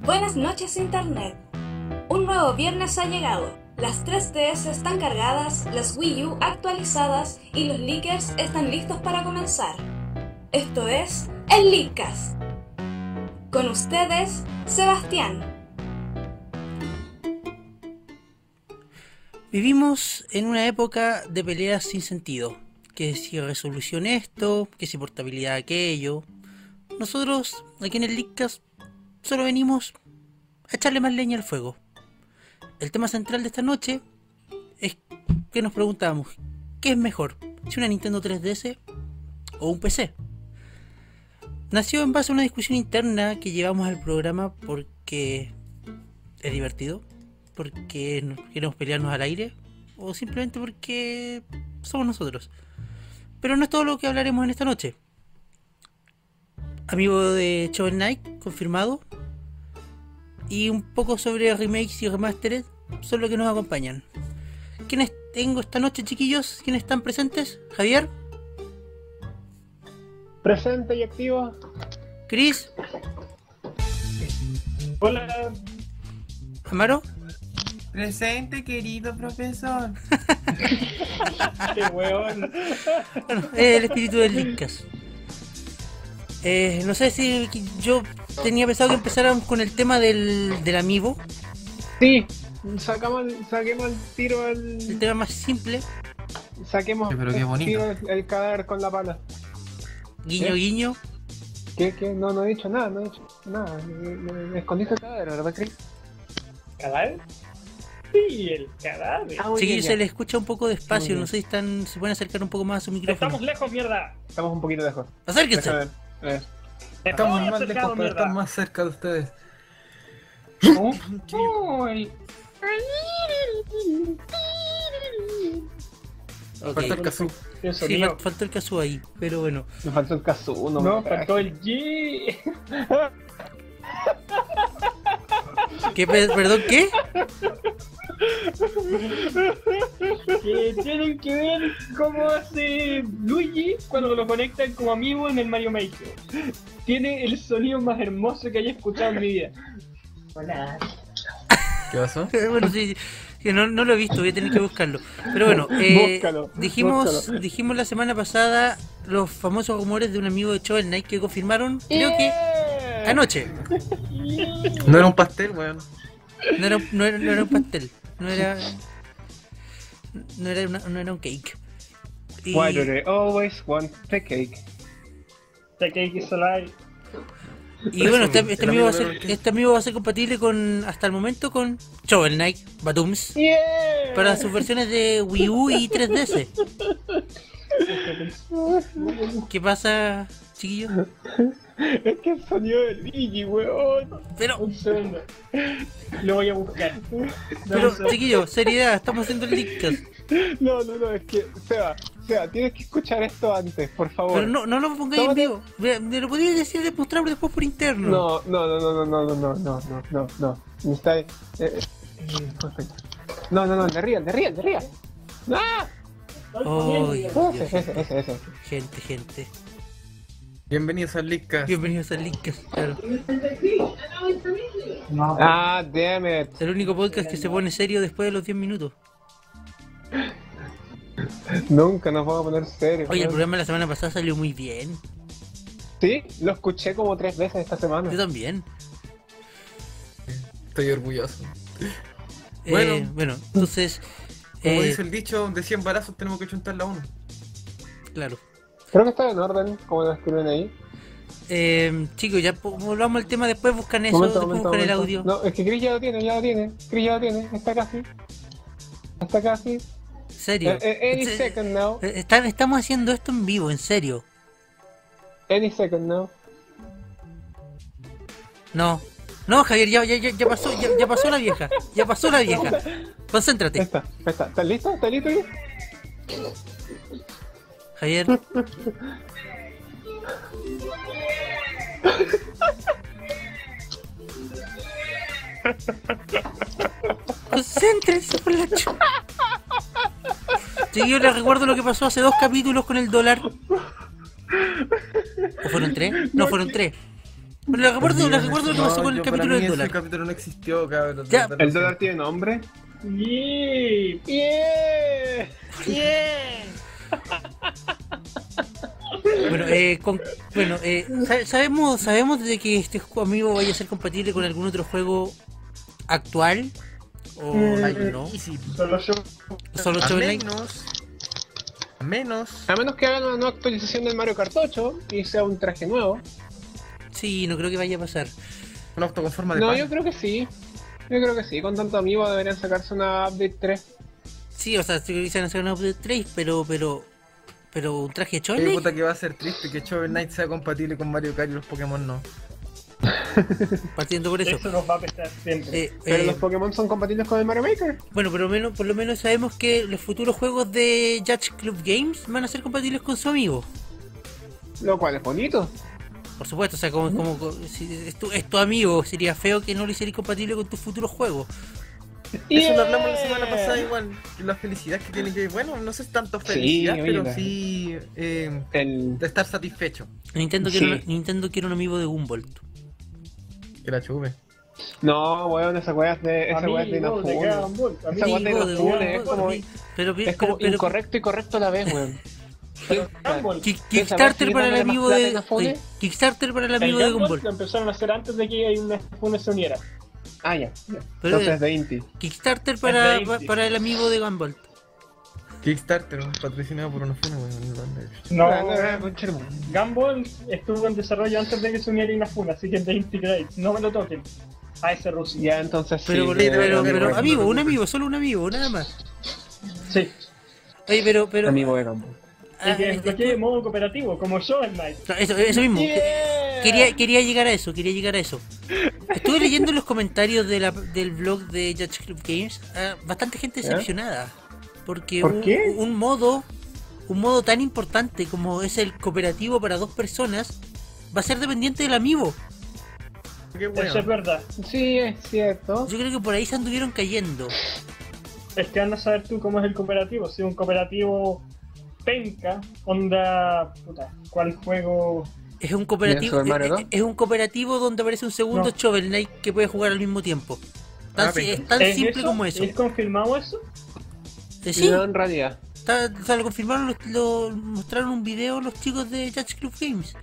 Buenas noches Internet. Un nuevo viernes ha llegado. Las 3DS están cargadas, las Wii U actualizadas y los leakers están listos para comenzar. Esto es el Leakcast. Con ustedes, Sebastián. Vivimos en una época de peleas sin sentido. Que si resolución esto, que si portabilidad aquello. Nosotros, aquí en el Leakcast, solo venimos a echarle más leña al fuego. El tema central de esta noche es que nos preguntamos, ¿qué es mejor? ¿Si una Nintendo 3DS o un PC? Nació en base a una discusión interna que llevamos al programa porque es divertido, porque queremos pelearnos al aire o simplemente porque somos nosotros. Pero no es todo lo que hablaremos en esta noche. Amigo de Shovel Knight, confirmado. Y un poco sobre remakes y remastered son los que nos acompañan. ¿Quiénes tengo esta noche, chiquillos? ¿Quiénes están presentes? Javier. Presente y activo. Chris. Hola. Amaro. Presente, querido profesor. Qué weón. Bueno, el espíritu del Leakcast. No sé si yo tenía pensado que empezáramos con el tema del amiibo. Sí, saquemos el tiro El tema más simple. Saquemos Sí, pero qué bonito. el cadáver con la pala. Guiño, ¿Qué? guiño. ¿Qué? No he dicho nada, Me escondiste el cadáver, ¿verdad, Chris? ¿Cadáver? Sí, el cadáver. Muy Chiquillos, bien, se ya. les escucha un poco despacio. Muy No sé si se pueden acercar un poco más a su micrófono. Estamos lejos, mierda. Estamos un poquito lejos. Acérquense. Déjame ver. Estamos Estoy más lejos, acercado, pero mierda. estamos más cerca de ustedes. Uy. Ok. Falta el Kazoo. Qué Sí, sonido. faltó el caso ahí, pero bueno. Me faltó el Kazoo, No, faltó el G. ¿Perdón, qué? Que tienen que ver cómo hace Luigi cuando lo conectan como amigo en el Mario Maker. Tiene el sonido más hermoso que haya escuchado en mi vida. Hola. ¿Qué pasó? Bueno, sí, que no lo he visto, voy a tener que buscarlo. Pero bueno, Búscalo, dijimos la semana pasada los famosos rumores de un amigo de Shovel Knight que confirmaron, creo que anoche. No era un pastel, weón. No era un pastel, no era un cake. Y, Why do they always want the cake? The cake is alive. y bueno, este El amigo amigo va a ser compatible con, hasta el momento, con Shovel Knight, Batums, Yeah. para sus versiones de Wii U y 3DS. ¿Qué pasa, chiquillos? Es que el sonido de Luigi, weón. Pero, Un segundo. Lo voy a buscar. Dame un segundo. chiquillos, seriedad, estamos haciendo el Leakcast. No, es que, Seba, tienes que escuchar esto antes, por favor. Pero no lo pongáis en vivo. Me lo podías decir, demostrar después por interno. No. Está, perfecto. No, de real. ¡Ah! Ay, Dios, Ese. gente. Bienvenidos al Leakcast. Bienvenidos al Leakcast, claro. Ah, damn it. El único podcast que se pone serio después de los 10 minutos. Nunca nos vamos a poner serios. Oye, el weón. programa de la semana pasada salió muy bien. Sí, lo escuché como 3 veces esta semana. Yo también. Estoy orgulloso. Bueno. Bueno, entonces, Como dice el dicho, de 100 balazos tenemos que chuntar la uno. claro. Creo que está en orden, como lo escriben ahí. Chicos, ya volvamos al tema, después buscan eso, Momento, después buscan el audio. No, es que Chris ya lo tiene. Chris ya lo tiene, está casi. En serio. Any second now. Estamos haciendo esto en vivo, en serio. Any second now. No, Javier, ya pasó la vieja. Ya pasó la vieja. Concéntrate. Está. ¿Estás listo? Chris? Javier. Concéntrense por la Sí, yo les recuerdo lo que pasó hace 2 capítulos con el dólar. ¿O fueron 3? No, fueron 3. Pero les recuerdo lo que pasó con el para capítulo mí del dólar. Ese capítulo no existió, cabrón. Ya. ¿El dólar tiene nombre? Yeah. ¡Yeah! Sabemos de que este juego amigo vaya a ser compatible con algún otro juego actual o no. Easy. Solo yo. Solo A Shovel Knight. menos. A menos que hagan una nueva actualización del Mario Kart 8 y sea un traje nuevo. Sí, no creo que vaya a pasar. Un auto con forma de No, pan. yo creo que sí. Yo creo que sí. Con tanto amigo deberían sacarse una update 3. Sí, o sea, si quisieran hacer una update 3, pero un traje de Qué Shovel Knight. puta que va a ser triste que Shovel Knight sea compatible con Mario Kart y los Pokémon no. Partiendo por eso. Eso nos va a pesar siempre. Pero los Pokémon son compatibles con el Mario Maker. Bueno, por lo menos sabemos que los futuros juegos de Yacht Club Games van a ser compatibles con su amigo. Lo cual es bonito. Por supuesto, o sea, si es tu amigo, sería feo que no lo hicieras compatible con tus futuros juegos. Eso lo hablamos la semana pasada igual. La felicidad que tiene que... Bueno, no sé tanto felicidad, pero mira. sí... El... de estar satisfecho. Nintendo Sí. quiere un amigo de Gumball. Que la chupe. No, weón, esa weá es de Amigo de Inafune. Dragon Ball, Esa amigo weá de Amigo de Inafune, es Gumball, como, pero es como incorrecto y correcto a la vez, weón. de Dragon Ball. Kickstarter para el amigo de Inafune. Kickstarter para el El amigo de Dragon Ball Gumball. lo empezaron a hacer antes de que Inafune se uniera. Ah, ya. Pero Entonces de Inti. Kickstarter Es de Inti. para el amigo de Gumball. Kickstarter, patrocinado por una funa, weón. No, Conchermo. Gumball estuvo en desarrollo antes de que se uniera Inafune, así que es de Integrate. No me lo toquen. A ese ruso. Ya, entonces sí. Pero, sí, pero amigo, un amigo, solo un amigo, nada más. Sí. Oye, pero Amigo de campo. Y que desbloqueé de modo cooperativo, como Shovel Knight. eso mismo. Yeah. Quería llegar a eso. Estuve leyendo los comentarios del blog de Yacht Club Games. Bastante gente decepcionada. Porque ¿Por qué? un modo tan importante como es el cooperativo para dos personas va a ser dependiente del amiibo. Qué Eso es bueno. verdad. Sí, es cierto. Yo creo que por ahí se anduvieron cayendo. Es que anda a saber tú cómo es el cooperativo. Si es un cooperativo penca, onda. Puta, ¿cuál juego? Es un cooperativo, ¿Bien, Super Mario, no? es un cooperativo donde aparece un segundo No. Shovel Knight que puede jugar al mismo tiempo. Es tan ¿Es simple eso? como eso. ¿Es confirmado eso? Sí, No, en realidad. o sea, lo confirmaron, lo mostraron un video los chicos de Yacht Club Games.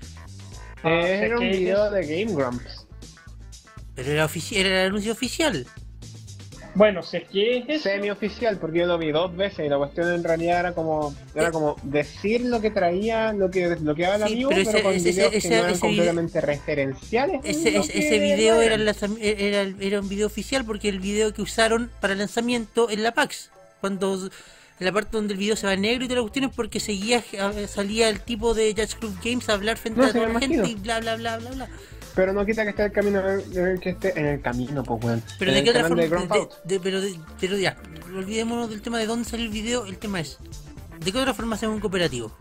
Era un que video es- de Game Grumps. Pero era el anuncio oficial. Bueno, si es que es eso. Semi-oficial, porque yo lo vi 2 veces y la cuestión en realidad era como decir lo que traía, lo que desbloqueaba el Sí, amigo, pero pero con videos que no eran ese completamente referenciales. Ese video era un video oficial porque el video que usaron para el lanzamiento en la PAX. Cuando en la parte donde el video se va en negro y toda la cuestión es porque salía el tipo de Yacht Club Games a hablar frente No, a sí, toda me la gente imagino. y bla bla bla bla bla. Pero no quita que esté el camino, que esté en el camino, pues weón. Pero En de el qué otra canal forma, de Grump Out. pero ya, olvidémonos del tema de dónde salió el video, el tema es ¿de qué otra forma hacemos un cooperativo?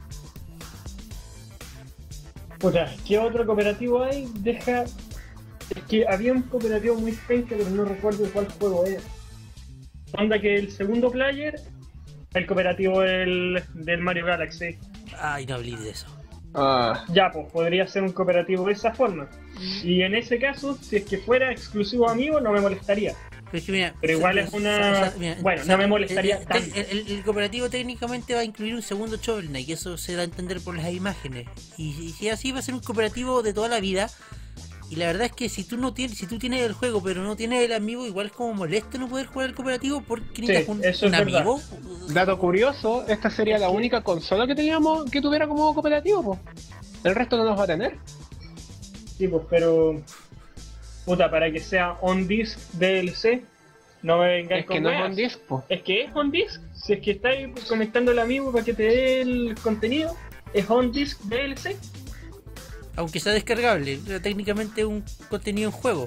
Puta, ¿qué otro cooperativo hay? Es que había un cooperativo muy penca, pero no recuerdo cuál juego era. Onda que el segundo player, el cooperativo del Mario Galaxy. Ay, no hablé de eso. Ah, Ya, pues podría ser un cooperativo de esa forma. Y en ese caso, si es que fuera exclusivo amigo, no me molestaría. Pero, es que mira, Pero igual es una- bueno, no me molestaría tanto. El cooperativo técnicamente va a incluir un segundo Shovel Knight, y eso se da a entender por las imágenes. Y si así va a ser un cooperativo de toda la vida. Y la verdad es que si tú tienes el juego pero no tienes el amigo, igual es como molesto no poder jugar el cooperativo porque necesitas eso un es verdad. amigo. dato curioso, esta sería la única consola que tuviera como cooperativo, pues. El resto no los va a tener. Sí, pues, pero. Puta, para que sea on disc DLC, no me vengáis Es con que no es weas. on disc, pues. Es que es on disc. Si es que estáis conectando el amigo para que te dé el contenido, es on disc DLC. Aunque sea descargable, pero técnicamente es un contenido en juego.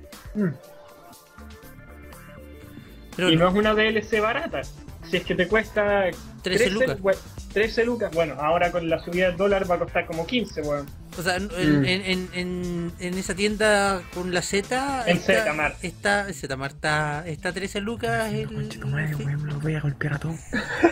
Pero Y no es una DLC barata. Si es que te cuesta 13 lucas. 13 lucas. Bueno, ahora con la subida del dólar va a costar como 15, weón. O sea, en esa tienda con la Z. En Zmart. Está Zmart, está 13 lucas. Conche tu madre, weón, me lo voy a golpear a todos.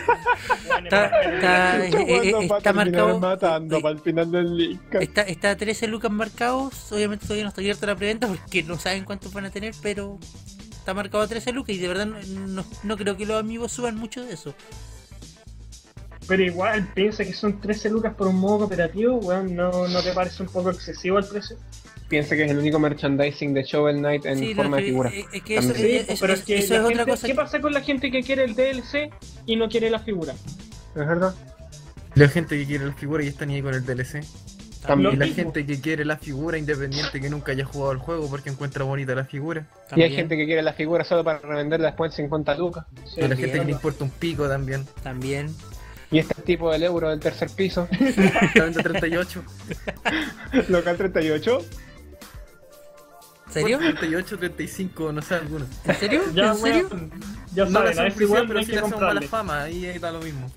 Está marcado. matando para el final del link. Está 13 lucas marcados. Obviamente todavía no está abierta la preventa porque no saben cuántos van a tener, pero está marcado a 13 lucas y de verdad no creo que los amigos suban mucho de eso. Pero igual, piensa que son 13 lucas por un modo cooperativo, weón, ¿no te parece un poco excesivo el precio? Piensa que es el único merchandising de Shovel Knight en Sí, forma de figura. Es que eso, También. Pero es que eso la es otra gente- cosa. ¿Qué pasa con la gente que quiere el DLC y no quiere la figura? ¿Es verdad? La gente que quiere la figura y está ni ahí con el DLC. También. Y la mismo. gente que quiere la figura independiente que nunca haya jugado el juego porque encuentra bonita la figura. Y hay También, gente que quiere la figura solo para revenderla después en 50 lucas. Sí, Y a la También. gente que le importa un pico también. También. Y este tipo del euro del tercer piso, También de 38. local 38. ¿En serio? 38, 35, no sé alguno. ¿En serio? Ya, ¿En serio? weón, ya No saben, le a hacen ese igual pero hay sí que le hacen mala comprarle. fama, ahí da lo mismo.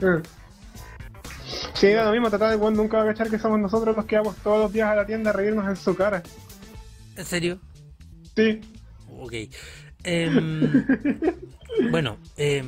Sí, da lo mismo, tratar de Juan nunca va a cachar que somos nosotros los que vamos todos los días a la tienda a reírnos en su cara. ¿En serio? Sí. Ok. Bueno,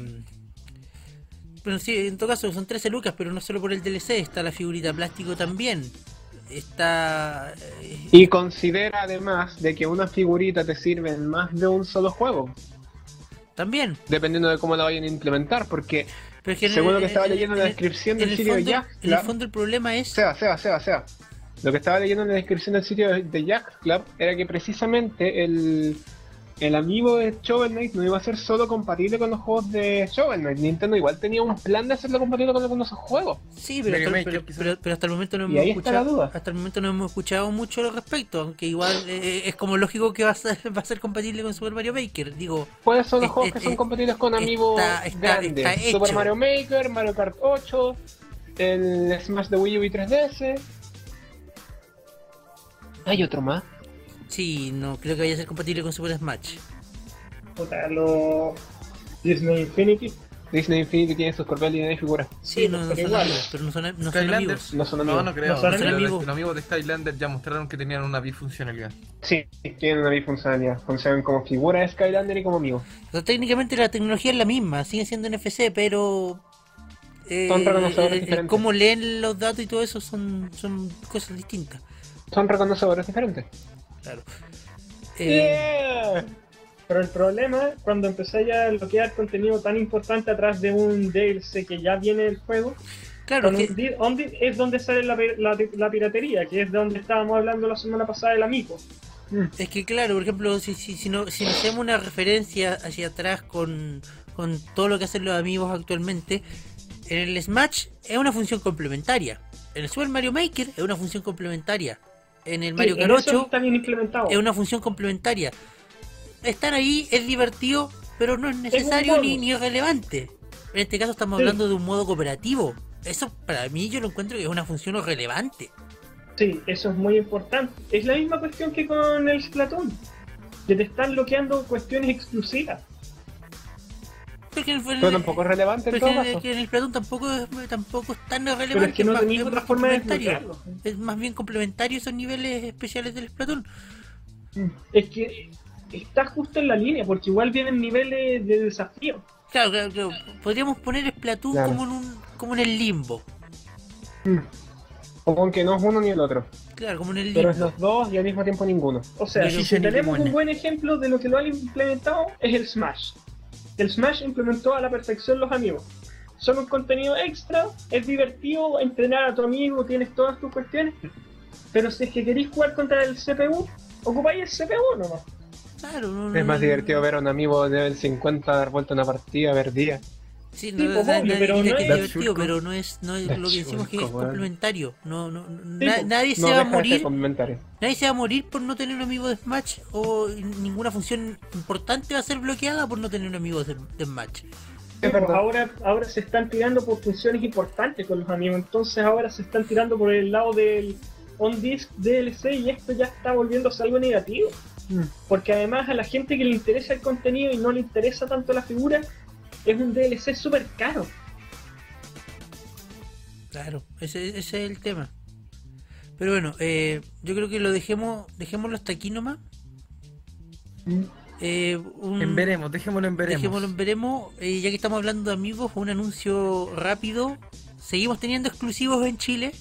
pero sí, en todo caso son 13 lucas, pero no solo por el DLC, está la figurita plástico también. Está... Y considera además de que una figurita te sirve en más de un solo juego, también. dependiendo de cómo la vayan a implementar, porque Pero es que según lo que estaba leyendo en la descripción del sitio de Jack En el Club, fondo el problema es... Seba. Lo que estaba leyendo en la descripción del sitio de Jack Club era que precisamente el amiibo de Shovel Knight no iba a ser solo compatible con los juegos de Shovel Knight. Nintendo igual tenía un plan de hacerlo compatible con algunos juegos. Sí, pero Mario hasta, Maker, quizás. pero hasta el momento no Y hemos ahí está escuchado... la duda. Hasta el momento no hemos escuchado mucho al respecto, aunque igual es como lógico que va a ser compatible con Super Mario Maker. Digo, ¿Cuáles son los Es- juegos es- que son compatibles con amiibo está grandes? hecho. Super Mario Maker, Mario Kart 8, el Smash de Wii U y 3DS. Hay otro más. sí, no creo que vaya a ser compatible con Super Smash. Puta, los Disney Infinity. Disney Infinity tiene sus propias líneas de figuras. Sí, no pero son igual. amigos, pero no son amigos. Skylanders. No son amigos. No creo. No son amigos. Los amigos de Skylanders ya mostraron que tenían una bifuncionalidad. Sí, tienen una bifuncionalidad. Funcionan como figura de Skylander y como amigos. O sea, técnicamente la tecnología es la misma, sigue siendo NFC, pero... Son reconocedores diferentes. cómo leen los datos y todo eso son cosas distintas. Son reconocedores diferentes. Claro. Yeah. Pero el problema, cuando empecé ya a bloquear contenido tan importante atrás de un DLC que ya viene del juego, Claro, con que, es donde sale la piratería, que es de donde estábamos hablando la semana pasada del amigo. es que claro, por ejemplo, si nos hacemos una referencia hacia atrás con todo lo que hacen los amigos actualmente, en el Smash es una función complementaria. En el Super Mario Maker es una función complementaria. En el Mario Sí, Kart en eso 8 está bien implementado. es una función complementaria. Están ahí, es divertido, pero no es necesario modo. ni relevante. En este caso estamos Sí. hablando de un modo cooperativo. Eso para mí yo lo encuentro que es una función relevante. Sí, eso es muy importante. Es la misma cuestión que con el Splatoon, que te están bloqueando cuestiones exclusivas. Porque en Pero tampoco es relevante en pero todo es caso. que en el Splatoon tampoco es tan relevante. Pero es que no más- tenéis es otra más forma de complementario. desbloquearlo. Es más bien complementario esos niveles especiales del Splatoon. Es que está justo en la línea, porque igual vienen niveles de desafío. Claro. Podríamos poner Splatoon Claro. como en el limbo. Como que no es uno ni el otro. Claro, como en el Pero limbo. es los dos y al mismo tiempo ninguno. O sea, Pero si Shisha ni tenemos limón. un buen ejemplo de lo que lo han implementado, es el Smash. El Smash implementó a la perfección los amigos. Son un contenido extra, es divertido entrenar a tu amigo, tienes todas tus cuestiones. Pero si es que queréis jugar contra el CPU, ocupáis el CPU nomás. Claro, no, Es más no- divertido ver a un amigo de nivel 50 dar vuelta a una partida, ver días. Sí, Sí, pues, obvio, pero dice no que es- es divertido, pero no es lo que That's decimos que es shulko, weón. complementario. pues, Nadie se No va a deja de ser morir, complementario. nadie se va a morir por no tener un amigo de Smash, o ninguna función importante va a ser bloqueada por no tener un amigo de Smash. Es Pues verdad. ahora se están tirando por funciones importantes con los amigos, entonces ahora se están tirando por el lado del on-disc DLC y esto ya está volviéndose algo negativo. Porque además a la gente que le interesa el contenido y no le interesa tanto la figura, es un DLC súper caro. Claro, ese es el tema. Pero bueno, yo creo que dejémoslo hasta aquí nomás. En veremos, dejémoslo en veremos. Dejémoslo en veremos. Ya que estamos hablando de amigos, un anuncio rápido. Seguimos teniendo exclusivos en Chile.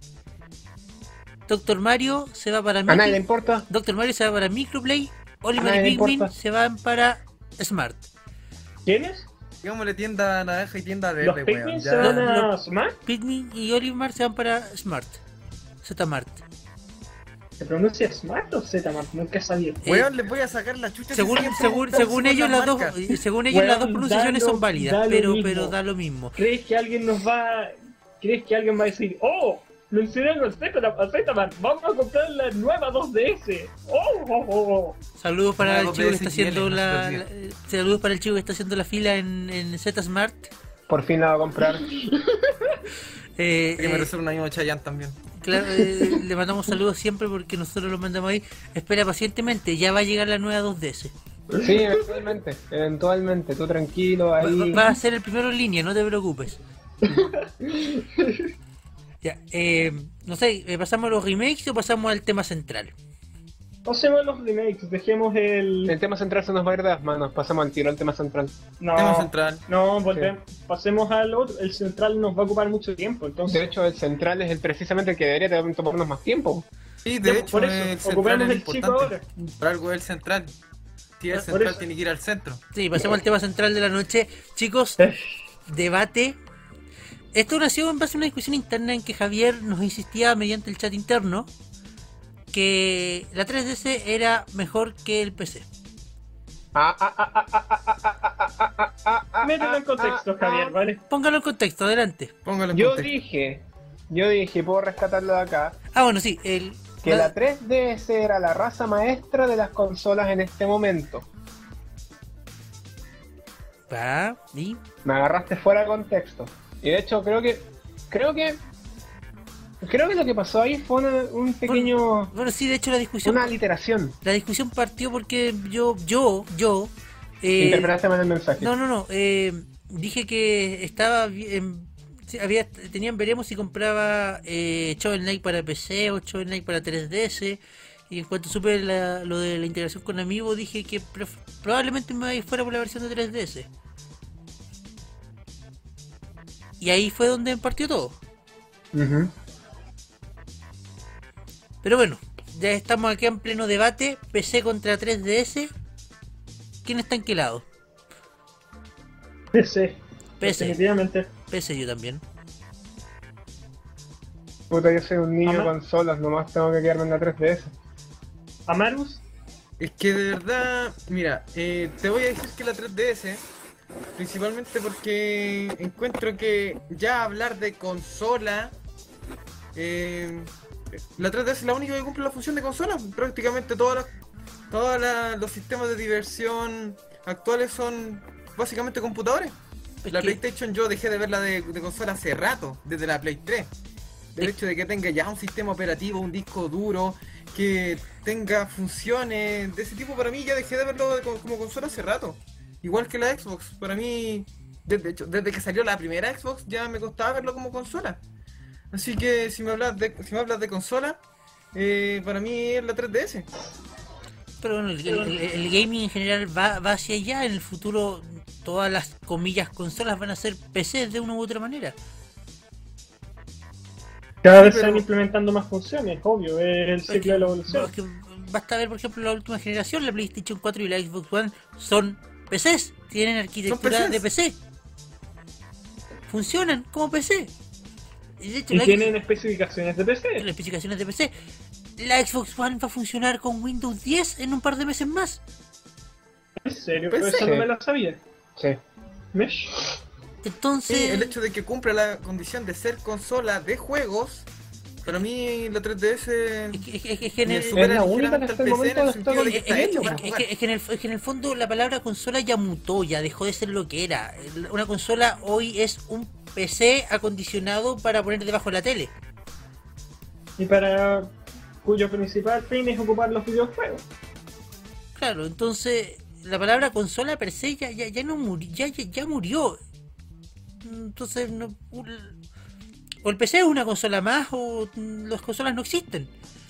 Doctor Mario se va para A nadie le importa. Doctor Mario se va para Microplay. Oliver nadie y le Pikmin importa. se van para Smart. ¿Quiénes? Digámosle tienda naranja y tienda ¿Los verde, Pikmin weón. se van Ya. a Smart? Pikmin y Olimar se van para Smart. Zmart. ¿Se pronuncia Smart o Zmart? Nunca he sabido. Weón, les voy a sacar la chucha. Según, si siguen según, preguntándose según por ellos las las dos, marcas. según ellos las dos Weón, pronunciaciones da lo- son válidas, da lo pero mismo. da lo mismo. ¿Crees que alguien va a decir, oh, mencionaron al Zmart, vamos a comprar la nueva 2DS? Oh. Saludos para el Algo chico que de está SXL, haciendo no se saludos para el chico que está haciendo la fila en Zsmart. Por fin la va a comprar. Eh, Que me reserva un amigo de Chayanne también. Claro, le mandamos saludos siempre porque nosotros lo mandamos ahí. Espera pacientemente, ya va a llegar la nueva 2DS. Sí, eventualmente, tú tranquilo ahí. Va a ser el primero en línea, no te preocupes. Ya, no sé, ¿pasamos a los remakes o pasamos al tema central? Pasemos a los remakes, dejemos El tema central se nos va a ir de las manos, pasamos al tiro al tema central. No, Tema central. no, pasemos al otro. El central nos va a ocupar mucho tiempo, De entonces. hecho, el central es precisamente el que debería tomarnos más tiempo. Sí, de Ya, hecho, por el eso, central ocupemos es el chico importante. ahora. Por algo es el central. Si es el Por central, eso. tiene que ir al centro. Sí, pasemos al tema central de la noche. Chicos, debate. Esto nació en base a una discusión interna en que Javier nos insistía mediante el chat interno que la 3DS era mejor que el PC. Mételo en contexto, Javier, ¿vale? Póngalo en contexto, adelante. Póngalo en Yo contexto. dije, puedo rescatarlo de acá, Ah, bueno, sí, que la 3DS era la raza maestra de las consolas en este momento. Va, y Me agarraste fuera de contexto. Y de hecho creo que lo que pasó ahí fue un pequeño bueno, sí, de hecho la discusión una aliteración. partió porque yo Interpretaste mal el mensaje. no, dije que estaba tenían veremos si compraba Shovel Knight para PC o Shovel Knight para 3DS. Y en cuanto supe lo de la integración con Amiibo, dije que probablemente me fuera por la versión de 3DS. Y ahí fue donde partió todo. Ujú. Pero bueno, ya estamos aquí en pleno debate. PC contra 3DS. ¿Quién está en qué lado? PC. PC. Definitivamente. PC yo también. Puta, yo soy un niño Ama- con consolas, nomás tengo que quedarme en la 3DS. Amarus, Es que de verdad, mira, te voy a decir que la 3DS, principalmente porque encuentro que ya hablar de consola, la 3DS es la única que cumple la función de consola. Prácticamente todos los sistemas de diversión actuales son básicamente computadores. Es La que- PlayStation yo dejé de verla de consola hace rato, desde la Play 3. El Es- hecho de que tenga ya un sistema operativo, un disco duro, que tenga funciones de ese tipo, para mí ya dejé de verlo como consola hace rato. Igual que la Xbox, para mí, desde que salió la primera Xbox ya me costaba verlo como consola. Así que si me hablas de consola, para mí es la 3DS. Pero bueno, el gaming en general va hacia allá. En el futuro, todas las comillas consolas van a ser PCs de una u otra manera. cada Sí, vez se pero- van implementando más funciones, obvio, es el ciclo de la evolución. Es que basta ver, por ejemplo, la última generación, la PlayStation 4 y la Xbox One son PCs, tienen arquitectura PCs. de PC. Funcionan como PC. Y de hecho, Y tienen especificaciones de PC. las especificaciones de PC. La Xbox One va a funcionar con Windows 10 en un par de meses más. En serio, PC. eso no me lo sabía. Sí. Mesh. Entonces, Sí, el hecho de que cumpla la condición de ser consola de juegos, para mí la 3DS es que en el- supera Es la única ligeramente que hasta al el PC momento en lo el sentido de que está está hecho para es jugar. que en el fondo la palabra consola ya mutó, ya dejó de ser lo que era. Una consola hoy es un PC acondicionado para poner debajo de la tele. Y para cuyo principal fin es ocupar los videojuegos. Claro, entonces la palabra consola per se ya no murió, ya murió. Entonces no, O el PC es una consola más, o las consolas no existen.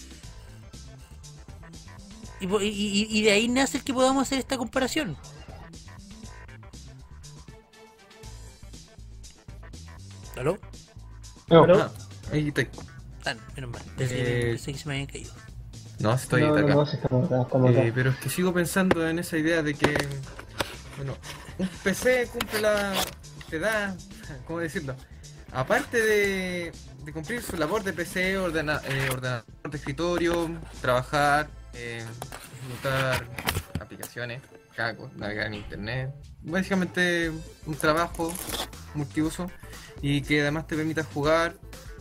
Y de ahí nace el que podamos hacer esta comparación. ¿Aló? No, Pero- Ah, ahí estoy. Ah, no, menos mal. Eh, Pensé que se me habían caído. No, estoy no, acá. no, sí, estamos acá. Pero es que sigo pensando en esa idea de que, bueno, un PC te da, ¿cómo decirlo? Aparte de cumplir su labor de PC, ordenador de escritorio, trabajar, ejecutar aplicaciones, navegar en internet, básicamente un trabajo multiuso y que además te permita jugar.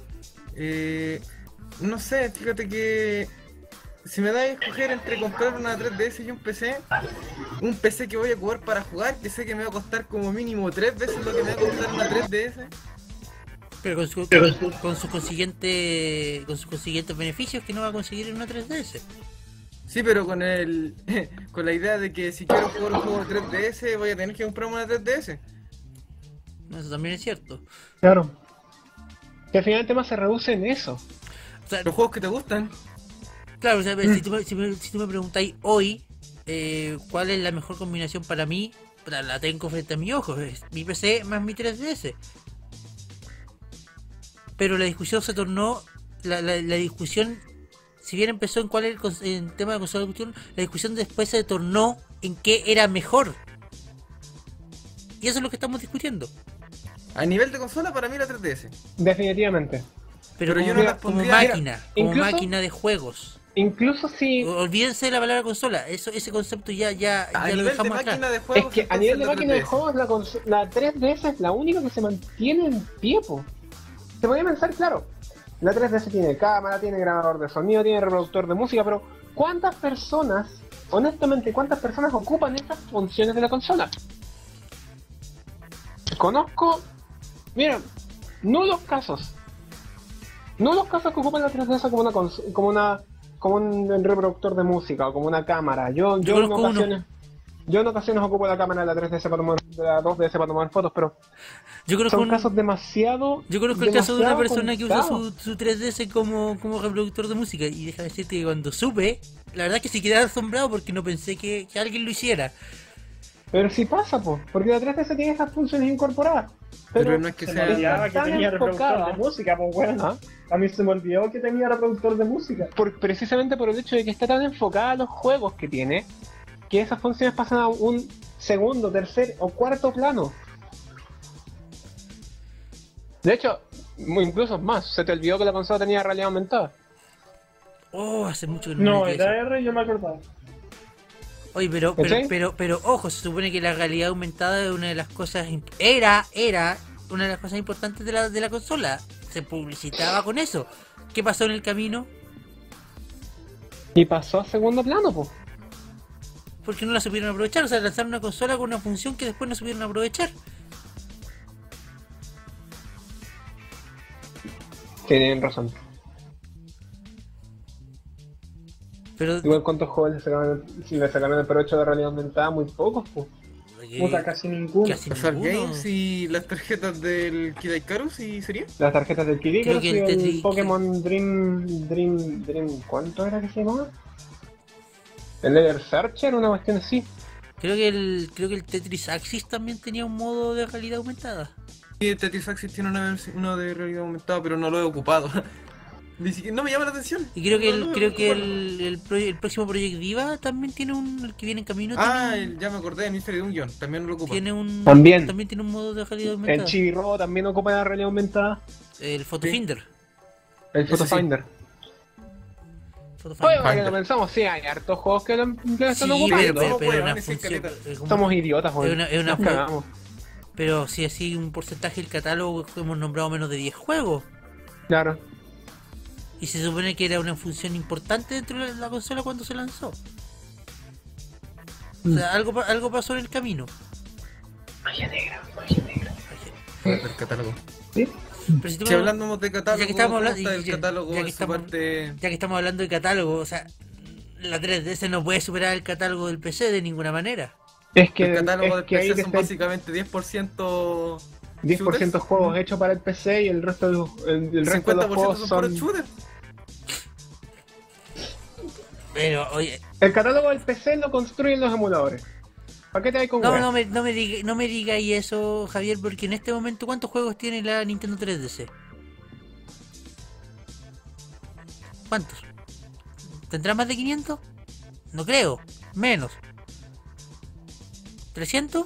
No sé, fíjate que si me da a escoger entre comprar una 3DS y un PC que voy a ocupar para jugar, que sé que me va a costar como mínimo 3 veces lo que me va a costar una 3DS. Pero con sus consiguientes beneficios que no va a conseguir en una 3DS. Sí, pero con con la idea de que si quiero jugar un juego de 3DS voy a tener que comprarme una 3DS. No, eso también es cierto. Claro. Que al final el tema se reduce en eso. O sea, Los juegos que te gustan. claro, o sea, si tú me preguntáis hoy cuál es la mejor combinación para mí, la tengo frente a mis ojos, es mi PC más mi 3DS. Pero la discusión se tornó, la discusión, si bien empezó en cuál es el tema de consola de cuestión, la discusión después se tornó en qué era mejor. Y eso es lo que estamos discutiendo. A nivel de consola, para mí la 3DS. Definitivamente. Pero, Pero yo como, no las como pondría- máquina, como incluso- máquina de juegos. Incluso si... Olvídense de la palabra consola, ese concepto ya A lo nivel de dejamos atrás. máquina de Es juegos. que a nivel de entonces máquina de 3DS. juegos la 3DS es la única que se mantiene en pie, po. Se podía pensar, claro, la 3DS tiene cámara, tiene grabador de sonido, tiene reproductor de música, pero ¿cuántas personas, honestamente, cuántas personas ocupan estas funciones de la consola? Conozco, mira, nulos casos que ocupan la 3DS como un reproductor de música o como una cámara. Yo en conozco uno. ocasiones... Yo en ocasiones ocupo la cámara de la 3DS de la 2DS para tomar fotos, pero Yo conozco, son casos demasiado... yo conozco el caso de una demasiado persona que usa contados. su 3DS como reproductor de música. Y deja de decirte que cuando supe, la verdad que sí quedé asombrado porque no pensé que alguien lo hiciera. Pero sí pasa, po, porque la 3DS tiene esas funciones incorporadas. Pero no es que Se me sea. olvidaba que tan tenía reproductor enfocada. de música, pues weón. ¿Ah? A mí se me olvidó que tenía reproductor de música. Precisamente por el hecho de que está tan enfocada a los juegos que tiene, que esas funciones pasan a un segundo, tercer o cuarto plano. De hecho, incluso más, se te olvidó que la consola tenía realidad aumentada. Oh, hace mucho que no No, me era eso. R, yo me acordaba. Oye, ¿Cachai? pero ojo, se supone que la realidad aumentada es una de las cosas era una de las cosas importantes de la consola. Se publicitaba con eso. ¿Qué pasó en el camino? Y pasó a segundo plano, pues. Porque no la supieron aprovechar, o sea, lanzaron una consola con una función que después no supieron aprovechar. Tienen razón. Pero Igual cuántos juegos le sacaron el provecho de realidad aumentada, muy pocos, pues. Puta, casi ninguno. casi Pasar ninguno. Games y las tarjetas del Kid Icarus, ¿sí sería? Las tarjetas del Kid Creo Icarus que y el el Tetris- Pokémon Dream, ¿cuánto era que se llamaba? El Leather Searcher, una cuestión así. Creo que el Tetris Axis también tenía un modo de realidad aumentada. Sí, Tetris Axis tiene uno de realidad aumentada, pero no lo he ocupado. Ni siquiera, no me llama la atención. Y creo que No, no, el próximo Project Diva también tiene el que viene en camino. Ah, tiene, ya me acordé de Mystery Dungeon, también lo ocupo. También. También tiene un modo de realidad El aumentada. Chibi-Robo también ocupa la realidad aumentada. El Photofinder. El Ese sí. Photofinder. Photofinder. Oye, ahora que lo pensamos, sí, hay hartos juegos que lo están Sí, ocupando. pero weón, una ese función. caleta. Somos idiotas, es weón. una Nos cagamos. Pero si así un porcentaje del catálogo hemos nombrado menos de 10 juegos. Claro. Y se supone que era una función importante dentro de la consola cuando se lanzó. O sea, algo pasó en el camino. Magia negra. El catálogo. ¿Sí? Pero si tú Si me- hablamos de catálogo, ya que estamos hablando, ¿cómo está el catálogo ya que en su estamos, parte? ya que estamos hablando de catálogo, o sea, la 3DS no puede superar el catálogo del PC de ninguna manera. Es que, El catálogo es del que ahí PC te son estáis- básicamente 10% 10% juegos hechos para el PC y el resto de los, el resto de los 50% juegos son son... puros shooters. Pero, oye, El catálogo del PC lo construyen los emuladores. ¿Para qué te hay con no, weas? no me digáis eso, Javier, porque en este momento, ¿cuántos juegos tiene la Nintendo 3DS? ¿Cuántos? ¿Tendrá más de 500? No creo, menos. ¿300?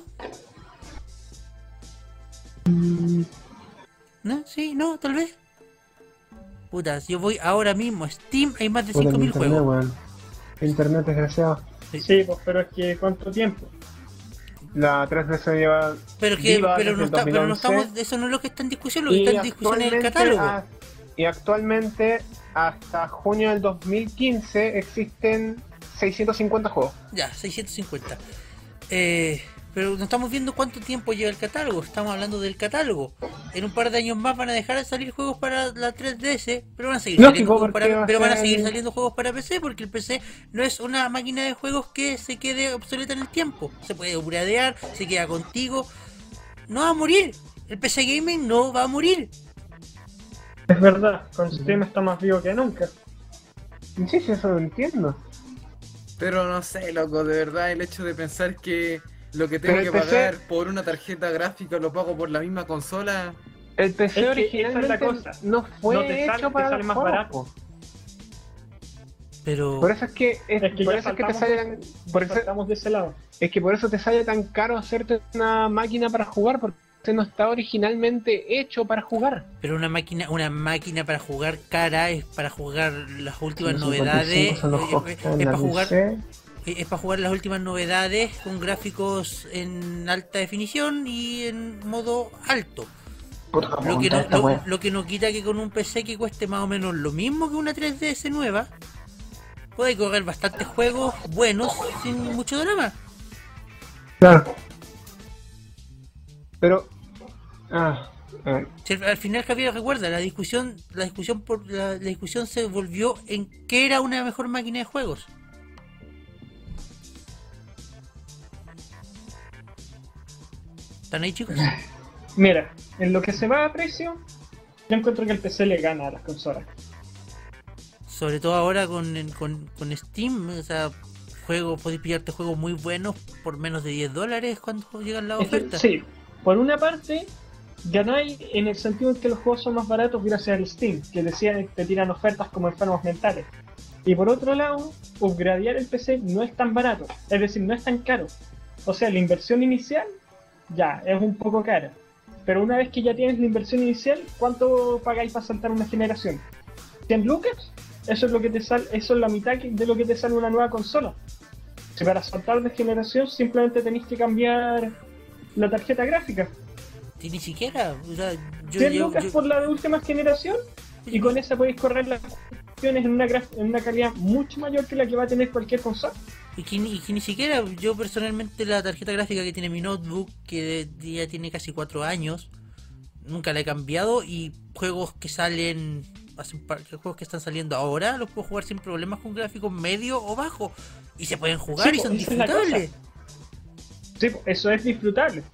¿No? ¿Sí? ¿No? ¿Tal vez? Puta, si yo voy ahora mismo a Steam, hay más de Puta, 5.000 internet, juegos. weón. Internet desgraciado. Sí, pues, pero es que ¿cuánto tiempo? La 3DS lleva Pero que, viva pero desde no el está, pero no 2011. estamos, eso no es lo que está en discusión, lo que está en discusión es el catálogo. Y actualmente, hasta junio del 2015, existen 650 juegos. Ya, 650. Pero no estamos viendo cuánto tiempo lleva el catálogo, estamos hablando del catálogo. En un par de años más van a dejar de salir juegos para la 3DS, pero van a seguir saliendo juegos van a seguir saliendo juegos para PC, porque el PC no es una máquina de juegos que se quede obsoleta en el tiempo. Se puede upgradear, se queda contigo. No va a morir. El PC Gaming no va a morir. Es verdad, con Steam está más vivo que nunca. Sí, sí, eso lo entiendo. Pero no sé, loco, de verdad el hecho de pensar que lo que tengo Pero que el PC pagar por una tarjeta gráfica lo pago por la misma consola. El PC Es que originalmente esa es la cosa. no fue No te sale- hecho te para sale los más juegos, barato. po. Pero Por eso es que, Es que por ya eso es que te saltamos sale de- tan, ya por eso- saltamos de ese lado. es que por eso te sale tan caro hacerte una máquina para jugar, porque no está originalmente hecho para jugar. Pero una máquina para jugar cara es para jugar las últimas Los novedades, 55 son los juegos que están en la PC. es para jugar las últimas novedades con gráficos en alta definición y en modo alto. Puta, Lo que, no, esta wea. lo que no quita que con un PC que cueste más o menos lo mismo que una 3DS nueva, puede correr bastantes juegos buenos sin mucho drama. Claro. Pero... a ver. Si al final, Javier, recuerda, la discusión se volvió en qué era una mejor máquina de juegos. ¿Están ahí, chicos? Mira, en lo que se va a precio, yo encuentro que el PC le gana a las consolas. Sobre todo ahora con Steam, o sea, podéis pillarte juegos muy buenos por menos de $10 cuando llegan las Es que, ofertas. sí, por una parte, ganáis en el sentido en que los juegos son más baratos gracias al Steam, que decían te tiran ofertas como enfermos mentales. Y por otro lado, upgradear el PC no es tan barato, es decir, no es tan caro. O sea, la inversión inicial ya es un poco cara. Pero una vez que ya tienes la inversión inicial, ¿cuánto pagáis para saltar una generación? ¿100 lucas? Eso es lo que te sale, eso es la mitad de lo que te sale una nueva consola. Si para saltar de generación simplemente tenéis que cambiar la tarjeta gráfica. Y ni siquiera, o sea, 100 lucas por la de última generación y con esa podéis correr las funciones en una calidad mucho mayor que la que va a tener cualquier consola. y que ni siquiera, yo personalmente la tarjeta gráfica que tiene mi notebook, que ya tiene casi 4 años, nunca la he cambiado, y juegos que salen, juegos que están saliendo ahora, los puedo jugar sin problemas con gráficos medio o bajo, y se pueden jugar, Sí, y son esa es la disfrutables. Sí, eso es disfrutable.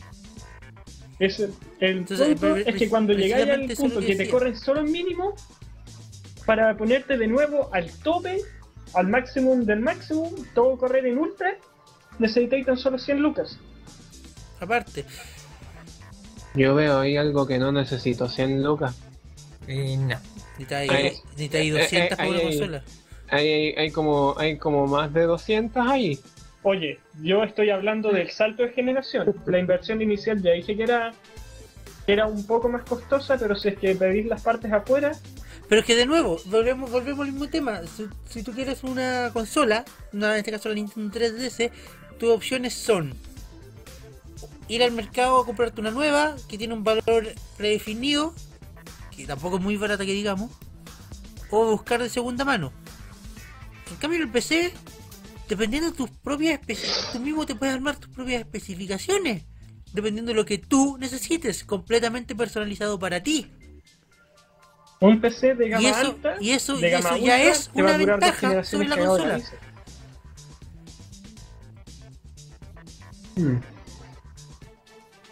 El Entonces, punto es que cuando llegáis al precisamente eso es lo punto que que te decía. corren solo en mínimo, para ponerte de nuevo al tope, al máximo del máximo, todo correr en ultra, necesitáis tan solo 100 lucas. Aparte, Yo veo ahí algo que no necesito, 100 lucas. No. necesitáis 200 por una ahí. consola. Hay como más de 200 ahí. Oye, yo estoy hablando del salto de generación. La inversión inicial ya dije que era un poco más costosa, pero si es que pedís las partes afuera, Pero es que de nuevo, volvemos al mismo tema. Si tú quieres una consola, en este caso la Nintendo 3DS, tus opciones son ir al mercado a comprarte una nueva, que tiene un valor predefinido, que tampoco es muy barata que digamos, o buscar de segunda mano. En cambio en el PC, dependiendo de tus propias tú mismo te puedes armar tus propias especificaciones, dependiendo de lo que tú necesites, completamente personalizado para ti. un PC de gama Y eso- alta, y eso- de y gama eso ya ultra, es te va a una durar 2 ventaja generaciones sobre la cagado de consola. risa.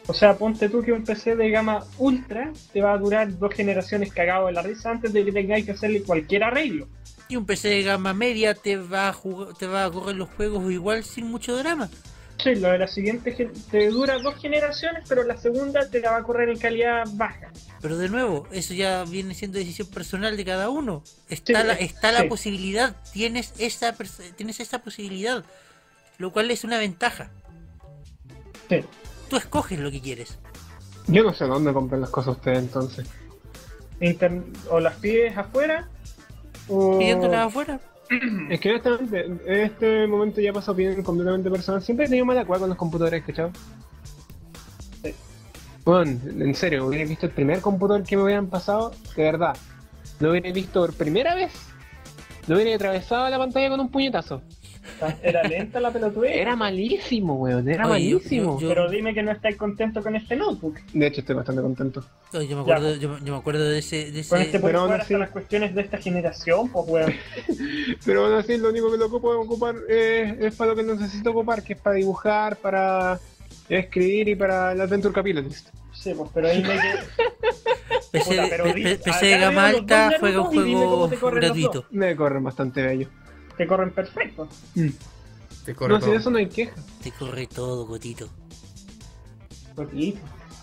O sea, ponte tú que un PC de gama ultra te va a durar 2 generaciones cagado de la risa antes de que tengáis que hacerle cualquier arreglo. Y un PC de gama media te va a correr los juegos igual sin mucho drama. Sí, lo de la siguiente te dura 2 generaciones, pero la segunda te la va a correr en calidad baja. Pero de nuevo, eso ya viene siendo decisión personal de cada uno. Está la sí. posibilidad, tienes esa posibilidad, lo cual es una ventaja. Sí. Tú escoges lo que quieres. Yo no sé dónde compran las cosas ustedes entonces. O las pides afuera, o... Pidiéndolas afuera. Es que honestamente, en este momento ya pasó bien completamente personal. Siempre he tenido mala cueva con los computadores, ¿cachai? Sí. Bueno, en serio, hubiera visto el primer computador que me hubieran pasado, de verdad. Lo hubiera visto por primera vez, lo hubiera atravesado la pantalla con un puñetazo. Era lenta la pelotudez. Era malísimo, weón, era Oye, malísimo. Pero dime que no estáis contento con este notebook. De hecho, estoy bastante contento. Yo me Ya. acuerdo, yo me acuerdo de ese Con este puedes pero aún jugar así- hasta las cuestiones de esta generación, pues weón. Pero aún así, lo único que lo puedo ocupar es para lo que necesito ocupar, que es para dibujar, para escribir y para el Adventure Capitalist. Sí, pues, pero ahí me quedé. PC, Puta, pero PC de acá gama veo los dos alta juega un Naruto y dime cómo juego te corren los gratuito. Me corren bastante bello. Te corren perfecto. Te corre No, todo. si de eso no hay queja. Te corre todo, Gotito. Poquito.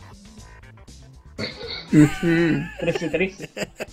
Ujú. 13-13.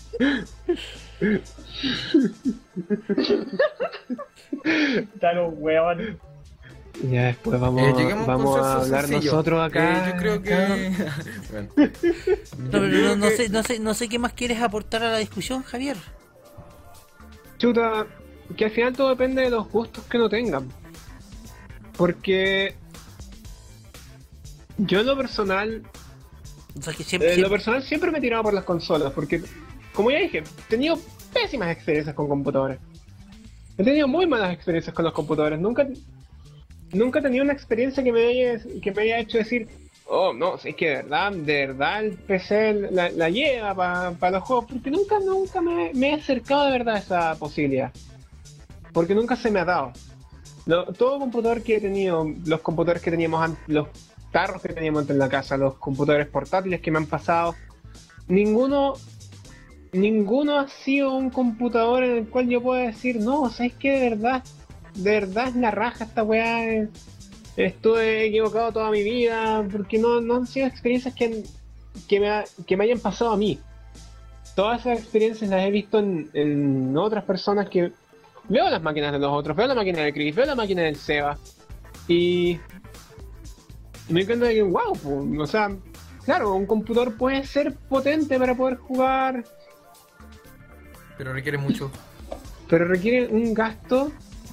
Dale, weón. Ya después vamos, Lleguemos a un vamos a consenso hablar sencillo. nosotros acá. Yo creo que... Bueno. No, pero no sé qué más quieres aportar a la discusión, Javier. Chuta, que al final todo depende de los gustos que uno tengan. Porque yo en lo personal, O sea, que siempre, siempre me he tirado por las consolas, porque como ya dije, he tenido pésimas experiencias con computadores. He tenido muy malas experiencias con los computadores. Nunca he tenido una experiencia que me haya hecho decir, oh no, si es que de verdad el PC la lleva para los juegos, porque nunca me he acercado de verdad a esa posibilidad. Porque nunca se me ha dado. Todo computador que he tenido, los computadores que teníamos antes, los tarros que teníamos antes en la casa, los computadores portátiles que me han pasado, ninguno ha sido un computador en el cual yo pueda decir, no, ¿sabes qué? De verdad es la raja esta weá. Estuve equivocado toda mi vida, porque no han sido experiencias que me hayan pasado a mí. Todas esas experiencias las he visto en otras personas que veo las máquinas de los otros, veo la máquina de Chris, veo la máquina del Seba y me encanta que, wow, pues, o sea, claro, un computador puede ser potente para poder jugar, Pero requiere mucho. pero requiere un gasto.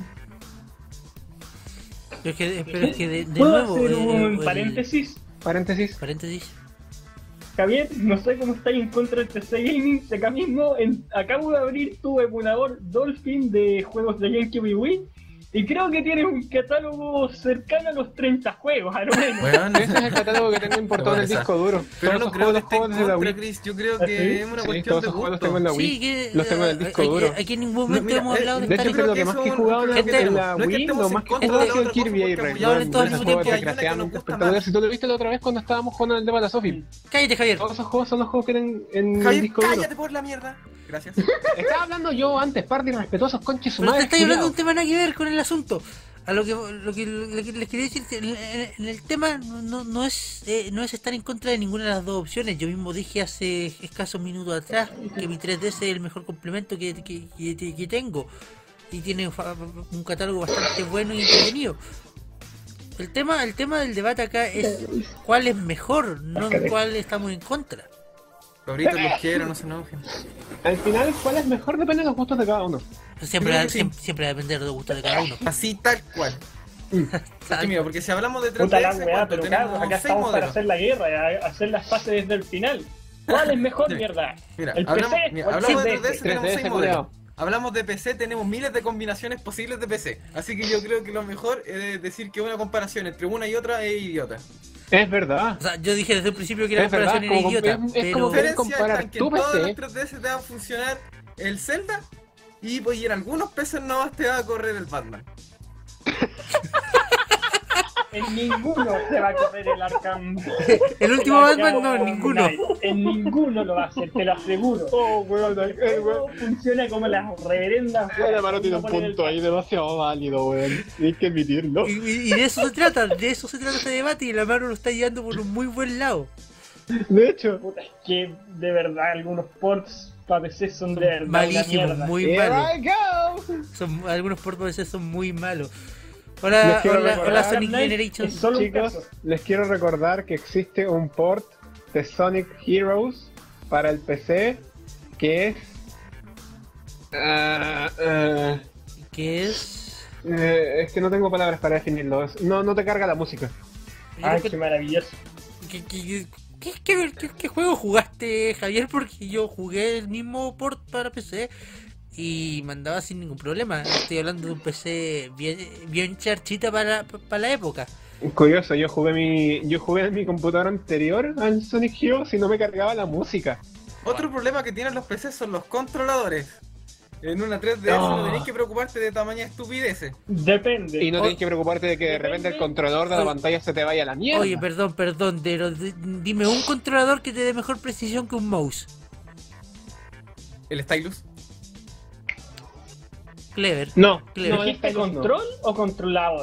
pero es que de ¿Puedo nuevo. hacer un el- paréntesis? Paréntesis. paréntesis. Javier, no sé cómo estáis en contra del PC Gaming. Acá mismo acabo de abrir tu emulador Dolphin de juegos de GameCube y Wii. Y creo que tienes un catálogo cercano a los 30 juegos, a lo menos. Bueno, Ese es el catálogo que tengo importado en el disco duro. pero Todos no esos creo que juegos esté en los juegos de la contra, Wii. Chris. Yo creo ¿Ah, que sí? es una Sí, cuestión todos de esos juegos los gusto. tengo en la Wii. Sí, que Los tengo en el disco duro. aquí en ningún momento mira, hemos hablado de De estar hecho, en creo contra. que más que he son- jugado no en es que- la no es que Wii, estemos lo en más que he contra jugado de ha la sido el otra Kirby cosa, Air porque Raid. ya hablen todos al Ese mismo juego tiempo. es Hay una que nos desgraciadamente gusta espectacular. más. Si tú lo viste la otra vez cuando estábamos jugando el de la Sophie. Cállate, Javier. Todos esos juegos son los juegos que eran en el Javier, disco duro. cállate por la mierda. Gracias. Estaba hablando yo antes, par de irrespetuosos conches su Pero te madre. estoy hablando de un culiao. tema nada que ver con el asunto. A lo que les quería decir, en el tema no es estar en contra de ninguna de las dos opciones. Yo mismo dije hace escasos minutos atrás que mi 3DS es el mejor complemento que tengo. Y tiene un catálogo bastante bueno y entretenido. El tema del debate acá es cuál es mejor, no en cuál estamos en contra. Cabritos, los quiero, no se enojen. Al final, ¿cuál es mejor? Depende de los gustos de cada uno. Siempre, Creo que sí. siempre va a depender de los gustos de cada uno. Así tal cual. Porque mira, porque si hablamos de 3DS, Puta la weá, ¿cuánto? pero Tenemos claro, acá 6 estamos para modelos. hacer la guerra, hacer las fases desde el final. ¿Cuál es mejor, Mira, mierda? Mira, ¿El hablamos, PC mira, o el hablamos de 3DS? 3DS, tenemos 6 3DS, modelos. culiao. Hablamos de PC, tenemos miles de combinaciones posibles de PC. Así que yo creo que lo mejor es decir que una comparación entre una y otra es idiota. Es verdad. O sea, yo dije desde el principio que la Es verdad, comparación era como- idiota, es pero... como La diferencia comparar está en que tu en todos PC. los 3DS te va a funcionar el Zelda y, pues, y en algunos PCs nuevos te va a correr el Batman. En ninguno se va a correr el Arkham. El último el Batman Arkham no, ninguno. Knight. En ninguno lo va a hacer, te lo aseguro. Oh, weón, Todo funciona como las reverendas. Bueno, Maro tiene un punto ahí demasiado válido, weón. Hay que admitirlo. Y de eso se trata este debate y la mano lo está llevando por un muy buen lado. De hecho, Puta, es que de verdad algunos ports para PC son de verdad una Malísimos, mierda. muy here malos. I go. Algunos por PC son muy malos. Les Hola, quiero hola, recordar, hola Arkham Sonic Knight Generations. es solo un Chicos, caso. les quiero recordar que existe un port de Sonic Heroes para el PC que es... ¿Qué es? es que no tengo palabras para definirlo. No te carga la música. Ay, qué maravilloso. ¿Qué juego jugaste, Javier? Porque yo jugué el mismo port para PC y me andaba sin ningún problema. Estoy hablando de un PC bien charchita para la época. Curioso, yo jugué en mi computadora anterior al Sonic Heroes y no me cargaba la música. Otro problema que tienen los PCs son los controladores. En una 3DS no tenés que preocuparte de tamaña estupideces. Depende. Y no tienes que preocuparte de que de repente el controlador de la pantalla se te vaya a la mierda. Oye, perdón, pero dime un controlador que te dé mejor precisión que un mouse. El stylus. Clever. No, Clever. no, ¿Dijiste no. control o controlador?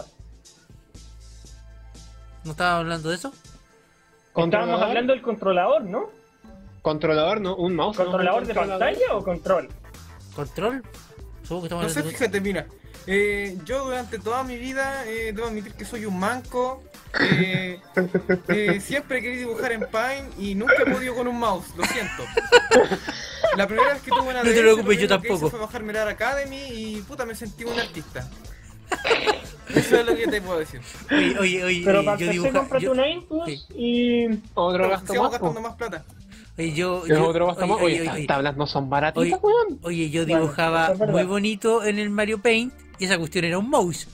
¿No estaba hablando de eso? Estábamos hablando del controlador, ¿no? Controlador, no, un mouse. ¿Controlador no, de pantalla o control? ¿Control? Supongo que estamos No sé, hablando de... fíjate, mira. Yo durante toda mi vida debo admitir que soy un manco. Siempre he querido dibujar en Paint y nunca he podido con un mouse, lo siento. La primera vez que tuve una No te DS, preocupes, lo yo primero que tampoco. hice fue bajarme la Academy y puta me sentí un artista. Eso es lo que te puedo decir. Oye, Pero para yo PC dibuja... cómprate yo- una Input sí. y... Otro Pero gasto sigamos más. gastando más plata. Oye, yo... Es otro gasto más. Oye, estas oye, tablas no son baratitas, Oye, weón. Oye, yo Bueno, dibujaba eso es verdad. muy bonito en el Mario Paint y esa cuestión era un mouse.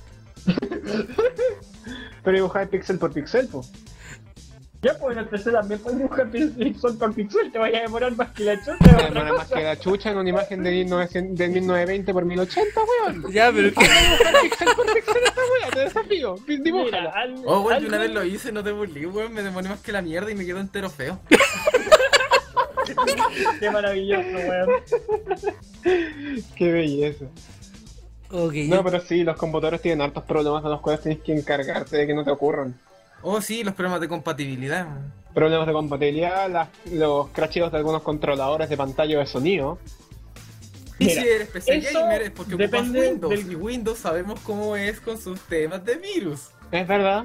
Pero dibujar pixel por pixel, po. Ya pues en el PC también puedes dibujar pixel por pixel, te vaya a demorar más que la chucha. Me otra demora más cosa. que la chucha en una imagen de 1920 por 1080, weón. Ya, pero que... Dibujar pixel por pixel esta weá, te desafío. Dibújala. Mira, Oh, bueno, yo una algo- vez lo hice, no te burlé, weón. Me demoré más que la mierda y me quedó entero feo. Qué maravilloso, weón. Qué belleza. Ok, No, pero sí, los computadores tienen hartos problemas de los cuales tienes que encargarte de que no te ocurran. Oh, sí, los problemas de compatibilidad. Problemas de compatibilidad, los crasheos de algunos controladores de pantalla o de sonido. Y Mira, si eres PC eso gamer es porque ocupas depende Windows. del- Y Windows sabemos cómo es con sus temas de virus. Es verdad.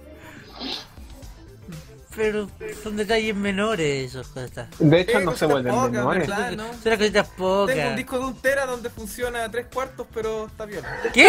pero son detalles menores esos cosas. De hecho, no se Cositas vuelven pocas, menores. ¿verdad? ¿no? Son las cositas Tengo un pocas. disco de 1 tera donde funciona a 3/4, pero está bien. ¿Qué?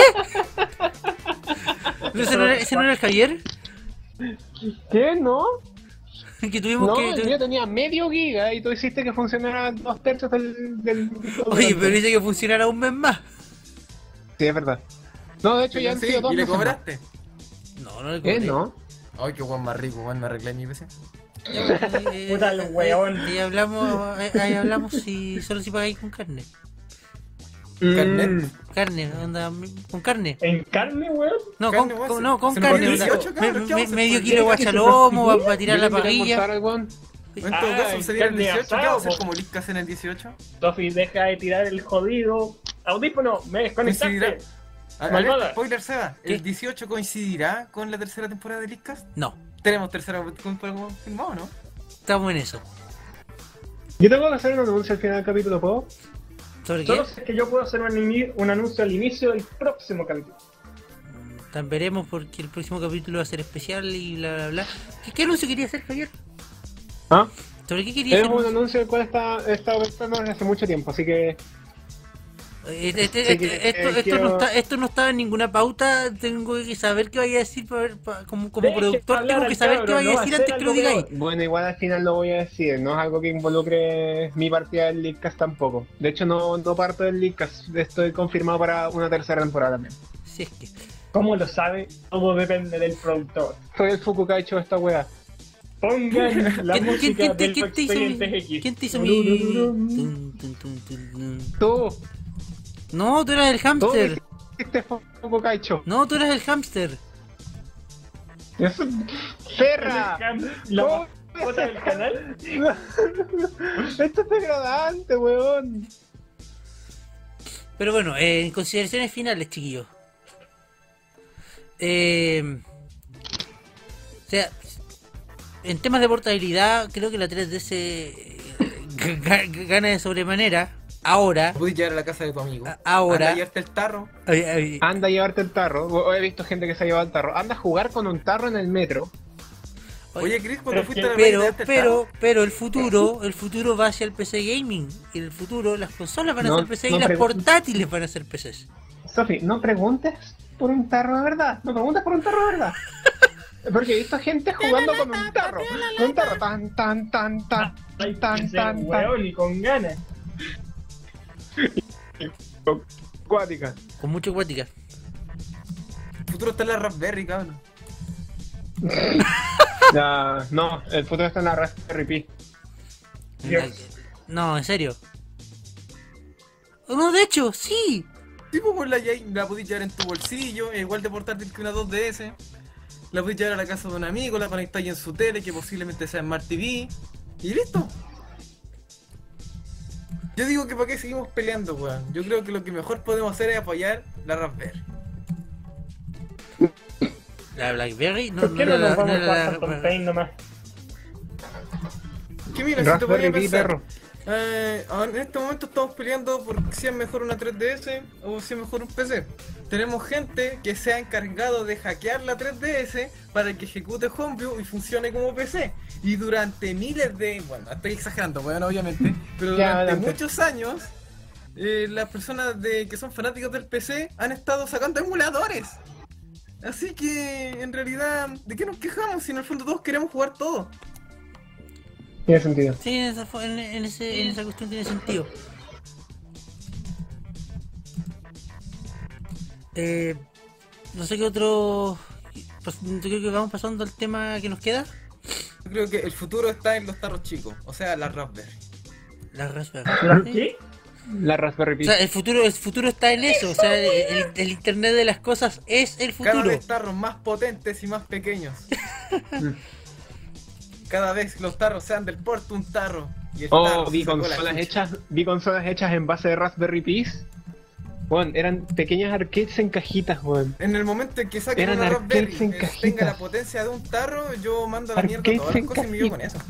¿Ese no era el Javier? ¿Qué? ¿No? Que tuvimos No, que... el mío tenía medio giga y tú hiciste que funcionara 2/3 del... Oye, pero dice que funcionará un mes más. Sí, es verdad. No, de hecho ya han Sí, sido 2 ¿y le meses más. cobraste? No, no le ¿Qué? cobré. ¿No? Ay, qué guan más rico, weón, me arreglé mi PC. Puta el weón. Ahí hablamos solo si pagáis con carne. Carnet. Carne, onda, con carne. ¿En carne, weón? No, Carne, con, weón, con- se- no, con se nos carne. olvidó onda, 18, cabros, ¿qué vamos a hacer? medio ¿Por kilo de qué? guachalomo para tirar la ¿Yo le invité a parrilla. almorzar al weón? En todo caso, se viene el carne 18, ¿qué asada, vamos a hacer po. como Liscas en el 18? Sofi, deja de tirar el jodido audífono, me desconectaste. Coincidirá. Malvada. Alerta, spoiler, Seba. ¿Qué? ¿El 18 coincidirá con la tercera temporada de Liscas? No, Tenemos tercera temporada confirmado, ¿no? estamos en eso. Yo tengo que hacer un anuncio al final del capítulo, ¿puedo? ¿Sobre qué? Solo sé que yo puedo hacer un anuncio al inicio del próximo capítulo. Tan veremos porque el próximo capítulo va a ser especial y bla bla bla. ¿Qué anuncio quería hacer, Javier? ¿Ah? ¿Sobre qué quería Es hacer? un anuncio del cual he estado pensando desde hace mucho tiempo, así que... Esto no estaba en ninguna pauta. Tengo que saber qué vaya a decir como Deje productor. hablar Tengo que al saber cabro, qué vaya no a decir hacer antes que lo algo digáis. peor. Bueno, igual al final lo voy a decir, no es algo que involucre mi partida del Leadcast tampoco. De hecho, no parto del Leadcast, estoy confirmado para una tercera temporada también. Si es que. ¿Cómo lo sabe? Todo depende del productor. Soy el Fukukaicho de esta wea. Pongan la música del ¿Quién te hizo Expedientes mi.? X. ¿Quién te hizo mi.? Tun, tun, tun, tun, tun. Tú No, tú eras el tú hámster. hiciste Fukukaicho. No, tú eras el hámster. ¡Ferra! La ¿Cómo? mascota del canal. Esto es degradante, weón. Pero bueno, en consideraciones finales, chiquillos. O sea, en temas de portabilidad, creo que la 3DS gana de sobremanera. Ahora, Puedes llegar a la casa de tu amigo. ahora. Anda a llevarte el tarro. Anda a llevarte el tarro. He visto gente que se ha llevado el tarro. Anda a jugar con un tarro en el metro. Oye, Chris, cuando Pero fuiste a la playa, ¿te llevaste el tarro? pero el futuro va hacia el PC gaming. Y el futuro, las consolas van a No, ser PC no y las preguntes. portátiles van a ser PCs. Sofi, no preguntes por un tarro de verdad. No preguntes por un tarro de verdad. Porque he visto gente jugando con un tarro. Con un tarro tan. Hay que ser weón y con ganas. Acuática. Con mucho cuática. El futuro está en la Raspberry, cabrón. Ya, no, el futuro está en la Raspberry Pi. No, en serio. No, de hecho, sí. Tipo, pues la podéis llevar en tu bolsillo, es igual de portátil que una 2DS. La podéis llevar a la casa de un amigo, la conectáis en su tele, que posiblemente sea Smart TV. Y listo. Yo digo que para qué seguimos peleando, weón. Yo creo que lo que mejor podemos hacer es apoyar la Raspberry. La BlackBerry no, ¿Por qué no nos vamos a la- jugar con Paint nomás? Que mira, si te ponía Raspberry a Pi, pensar, perro. ahora en este momento estamos peleando por si es mejor una 3DS o si es mejor un PC. Tenemos gente que se ha encargado de hackear la 3DS para que ejecute Homebrew y funcione como PC. Y durante miles de... Bueno, estoy exagerando, bueno, obviamente. Pero Ya, durante adelante. muchos años, las personas que son fanáticos del PC han estado sacando emuladores. Así que, en realidad, ¿de qué nos quejamos si en el fondo todos queremos jugar todo? Tiene sentido. Sí, en esa cuestión tiene sentido. No sé qué otro. Pues, yo creo que vamos pasando al tema que nos queda. Yo creo que el futuro está en los tarros chicos, o sea, la Raspberry. La Raspberry. ¿La Sí. qué? La Raspberry O Pi. sea, el futuro está en eso. O sea, el Internet de las cosas es el Cada futuro. vez tarros más potentes y más pequeños. Cada vez los tarros sean del porte un tarro. Y el tarro Oh, se sacó la chucha. vi consolas hechas en base de Raspberry Pis. Bueno, eran pequeñas arcades en cajitas, weón. En el momento en que saquen Eran una Raspberry arcades en que cajitas. tenga la potencia de un tarro, yo mando a la mierda Arcades todas las en cosas y me llevo con eso.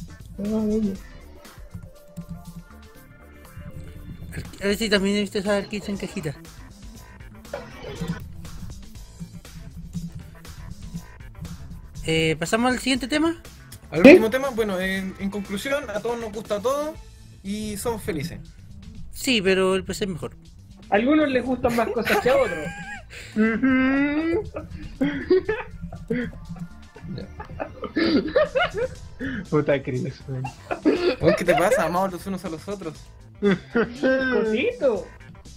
A ver si también he visto esas arcades en cajita. Pasamos al siguiente tema. Al último tema, bueno, en conclusión, a todos nos gusta todo y somos felices. Sí, pero el PC es mejor. A algunos les gustan más cosas que a otros. Puta Chris, weón. Oye, ¿qué te pasa? Amamos los unos a los otros. Cosito.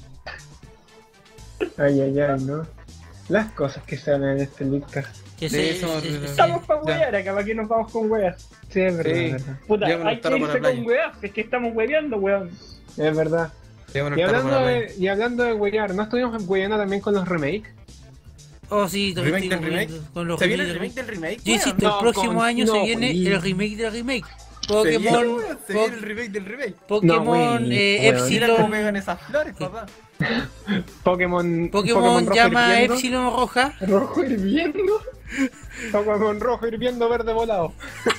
Ay, ¿no? Las cosas que se hablan en este Leadcast. Que De se- eso, Estamos pa' Ya. wear acá, ¿para qué nos vamos con weas? Sí, es verdad, Sí. es verdad. Puta, Llévanos hay que tarro para irse la con playa. weas, es que estamos hueveando, weón. Es verdad. Llevan el Y tarro hablando para la playa. de, y hablando de huear, ¿no estuvimos hueando también con los remakes? Oh, sí, también ¿Remake del estoy remake? viendo con los ¿Se viene el remakes remake del remake? Yo insisto, No, el próximo con- año no, se viene weón. el remake del remake. Se viene Pokémon, el remake del remake. Pokémon No, weón. Mira cómo Epsilon. pegan esas flores, papá. Pokémon rojo llama hirviendo. Epsilon roja. Rojo hirviendo. Pokémon rojo hirviendo, verde volado.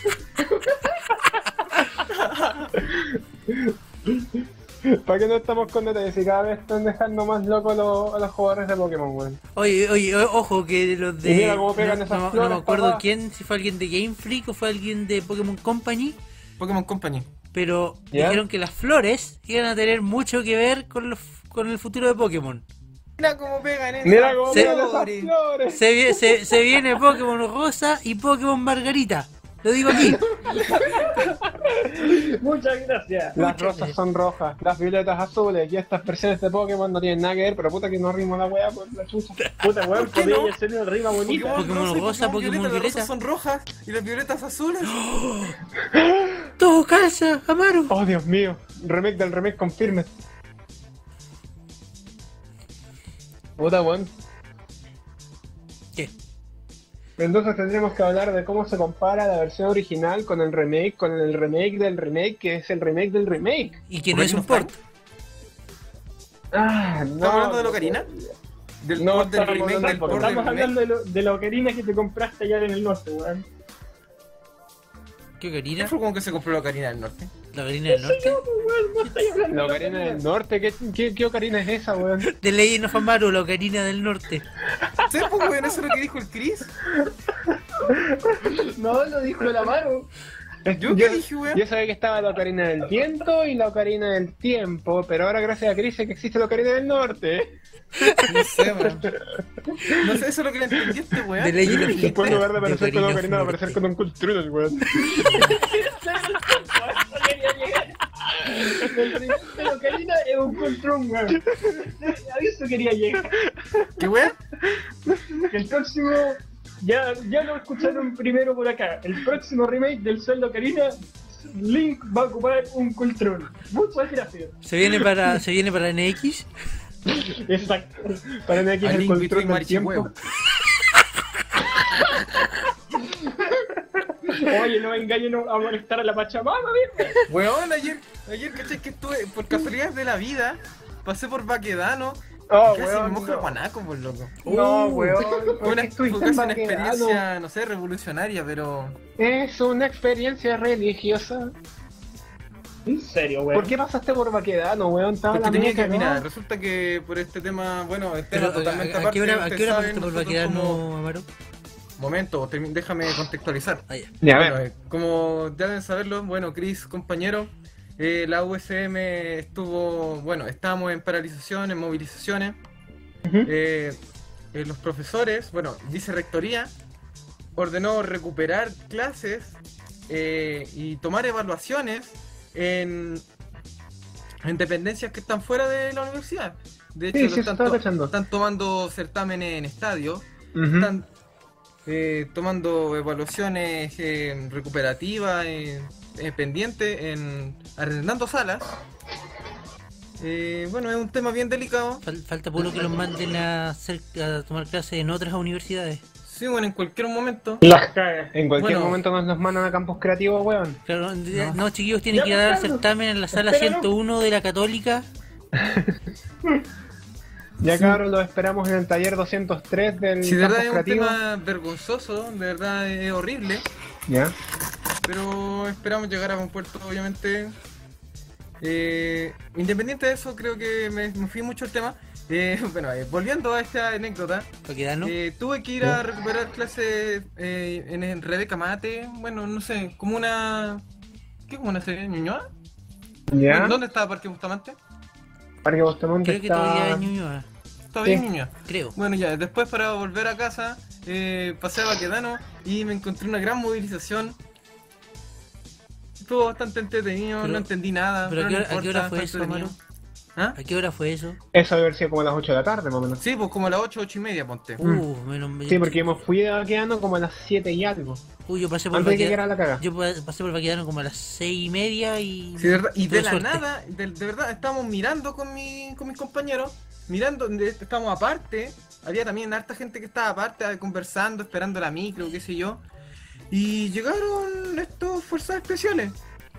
¿Para qué no estamos con detalles? Y cada vez están dejando más locos a los jugadores de Pokémon, weón. Oye, ojo, que los de. Y mira cómo pegan no, esas no me flores, acuerdo papá. quién, si fue alguien de Game Freak o fue alguien de Pokémon Company, Pokémon Company. pero ¿Ya? dijeron que las flores iban a tener mucho que ver con el futuro de Pokémon. Mira cómo pegan esas Mira cómo Se- pegan esas flores. Se viene Pokémon Rosa y Pokémon Margarita. Lo digo aquí. Muchas gracias. Las rosas son rojas, las violetas azules y estas versiones de Pokémon no tienen nada que ver, pero puta que no rimo la wea por la chucha. Puta, weón, ¿Por qué podría no? ser una rima bonita. Pokémon y rosa, Pokémon Las violeta. rosas son rojas y las violetas azules. Todo calza, Amaru. Oh, Dios mío, remake del remake confirme. Puta, weón. ¿Qué? Entonces tendremos que hablar de cómo se compara la versión original con el remake del remake, que es el remake del remake. Y que no es un port. Ah, no. ¿Estamos hablando de Ocarina? Del No, port del estamos remake, del hablando- port del Estamos remake. hablando de la ocarina que te compraste allá en el norte, weón. ¿Qué ¿Quién Ocarina? fue con que se compró la Ocarina del Norte? ¿La Ocarina del Norte? Weón, no estoy hablando La de Ocarina del Norte, ¿qué Ocarina es esa, weón? De Legend of Amaru, la Ocarina del Norte. ¿Sí, pues, weón? Eso es lo que dijo el Chris. No, lo dijo el Amaro. ¿Yo qué dije, weón? Yo sabía que estaba la Ocarina del Viento y la Ocarina del Tiempo, pero ahora gracias a Chris sé que existe la Ocarina del Norte. No sé, weón. No sé, eso es lo que le entendí a este De weón. Legend of Después en lugar de de aparecer con la of Ocarina va a Norte. aparecer con un Cultural, weón. El remake de la ocarina es un control, weón. A eso quería llegar. ¿Qué weón? Que el próximo, ya lo escucharon primero por acá. El próximo remake del Zelda Ocarina, Link va a ocupar un control. Muchas gracias. ¿Se viene para NX? Exacto. Para mí aquí es A el Link control Between del Marichihuevo. tiempo. Oye, no engañen a molestar a la Pachamama, mierda. Weón, ayer, ¿cachai? Que estuve, por casualidades de la vida, pasé por Baquedano. Oh, Casi me weón, mojo el no. guanaco, por loco. No, weón. Fue ¿Por qué fue estuviste casi en una Baquedano? experiencia, no sé, revolucionaria, pero... Es una experiencia religiosa. En serio, weón. ¿Por qué pasaste por Baquedano, weón? Estaba Porque la tenía meca, que, ¿no? mira, resulta que por este tema, bueno, el tema Pero, totalmente ¿a aparte. qué hora ustedes saben, pasaste por nosotros Baquedano, como- Amaru? Momento, déjame contextualizar. Ah, ya. Ya, a Bueno, ver. como ya deben saberlo, bueno, Chris, compañero, la USM estuvo, bueno, estábamos en paralización, en movilizaciones. Ujú. Los profesores, bueno, vicerrectoría, ordenó recuperar clases y tomar evaluaciones en dependencias que están fuera de la universidad. De hecho, Sí, lo sí, están, estaba cachando. están tomando certámenes en estadio, Ujú. están tomando evaluaciones recuperativas, pendientes, arrendando salas. Bueno, es un tema bien delicado. Falta puro que los manden a tomar clases en otras universidades. Sí, bueno, en cualquier momento. Las cagas. En cualquier Bueno. momento nos los mandan a campus creativos, weón. Claro, no, chiquillos, tienen Ya, que ir a dar Carlos, certamen en la sala espéranos. 101 de la Católica. Ya cabros, los esperamos en el taller 203 del Si de verdad campus es un creativo. tema vergonzoso, de verdad es horrible, Ya. pero esperamos llegar a buen puerto, obviamente. Independiente de eso, creo que me fui mucho el tema. Bueno, volviendo a esta anécdota, Baquedano. tuve que ir a recuperar clases en Rebeca Mate, bueno, no sé, como una... ¿Qué? ¿Como una serie de Ñuñoa? Ya. ¿Dónde estaba Parque Bustamante? Parque Bustamante Creo que todavía está... es Ñuñoa, Estaba Sí. bien Ñuñoa. creo. Bueno, ya, después para volver a casa, pasé a Baquedano y me encontré una gran movilización. Estuvo bastante entretenido, Pero- no entendí nada. pero Pero, ¿a no qué hora importa, fue está eso, entretenido. Amaro? ¿Ah? ¿A qué hora fue eso? Eso debe haber sido como a las 8 de la tarde, más o menos. Sí, pues como a las 8, 8:30, ponte. Menos Sí, porque yo me fui de Baquedano como a las 7 y algo. Yo pasé por Antes de que llegara Baquedano. la caga. Yo pasé por Baquedano como a las 6:30 y. Sí, de verdad, y de tuve la suerte. nada, de verdad, estábamos mirando con mis compañeros, mirando, estábamos aparte, había también harta gente que estaba aparte, conversando, esperando la micro, qué sé yo, y llegaron estos fuerzas especiales.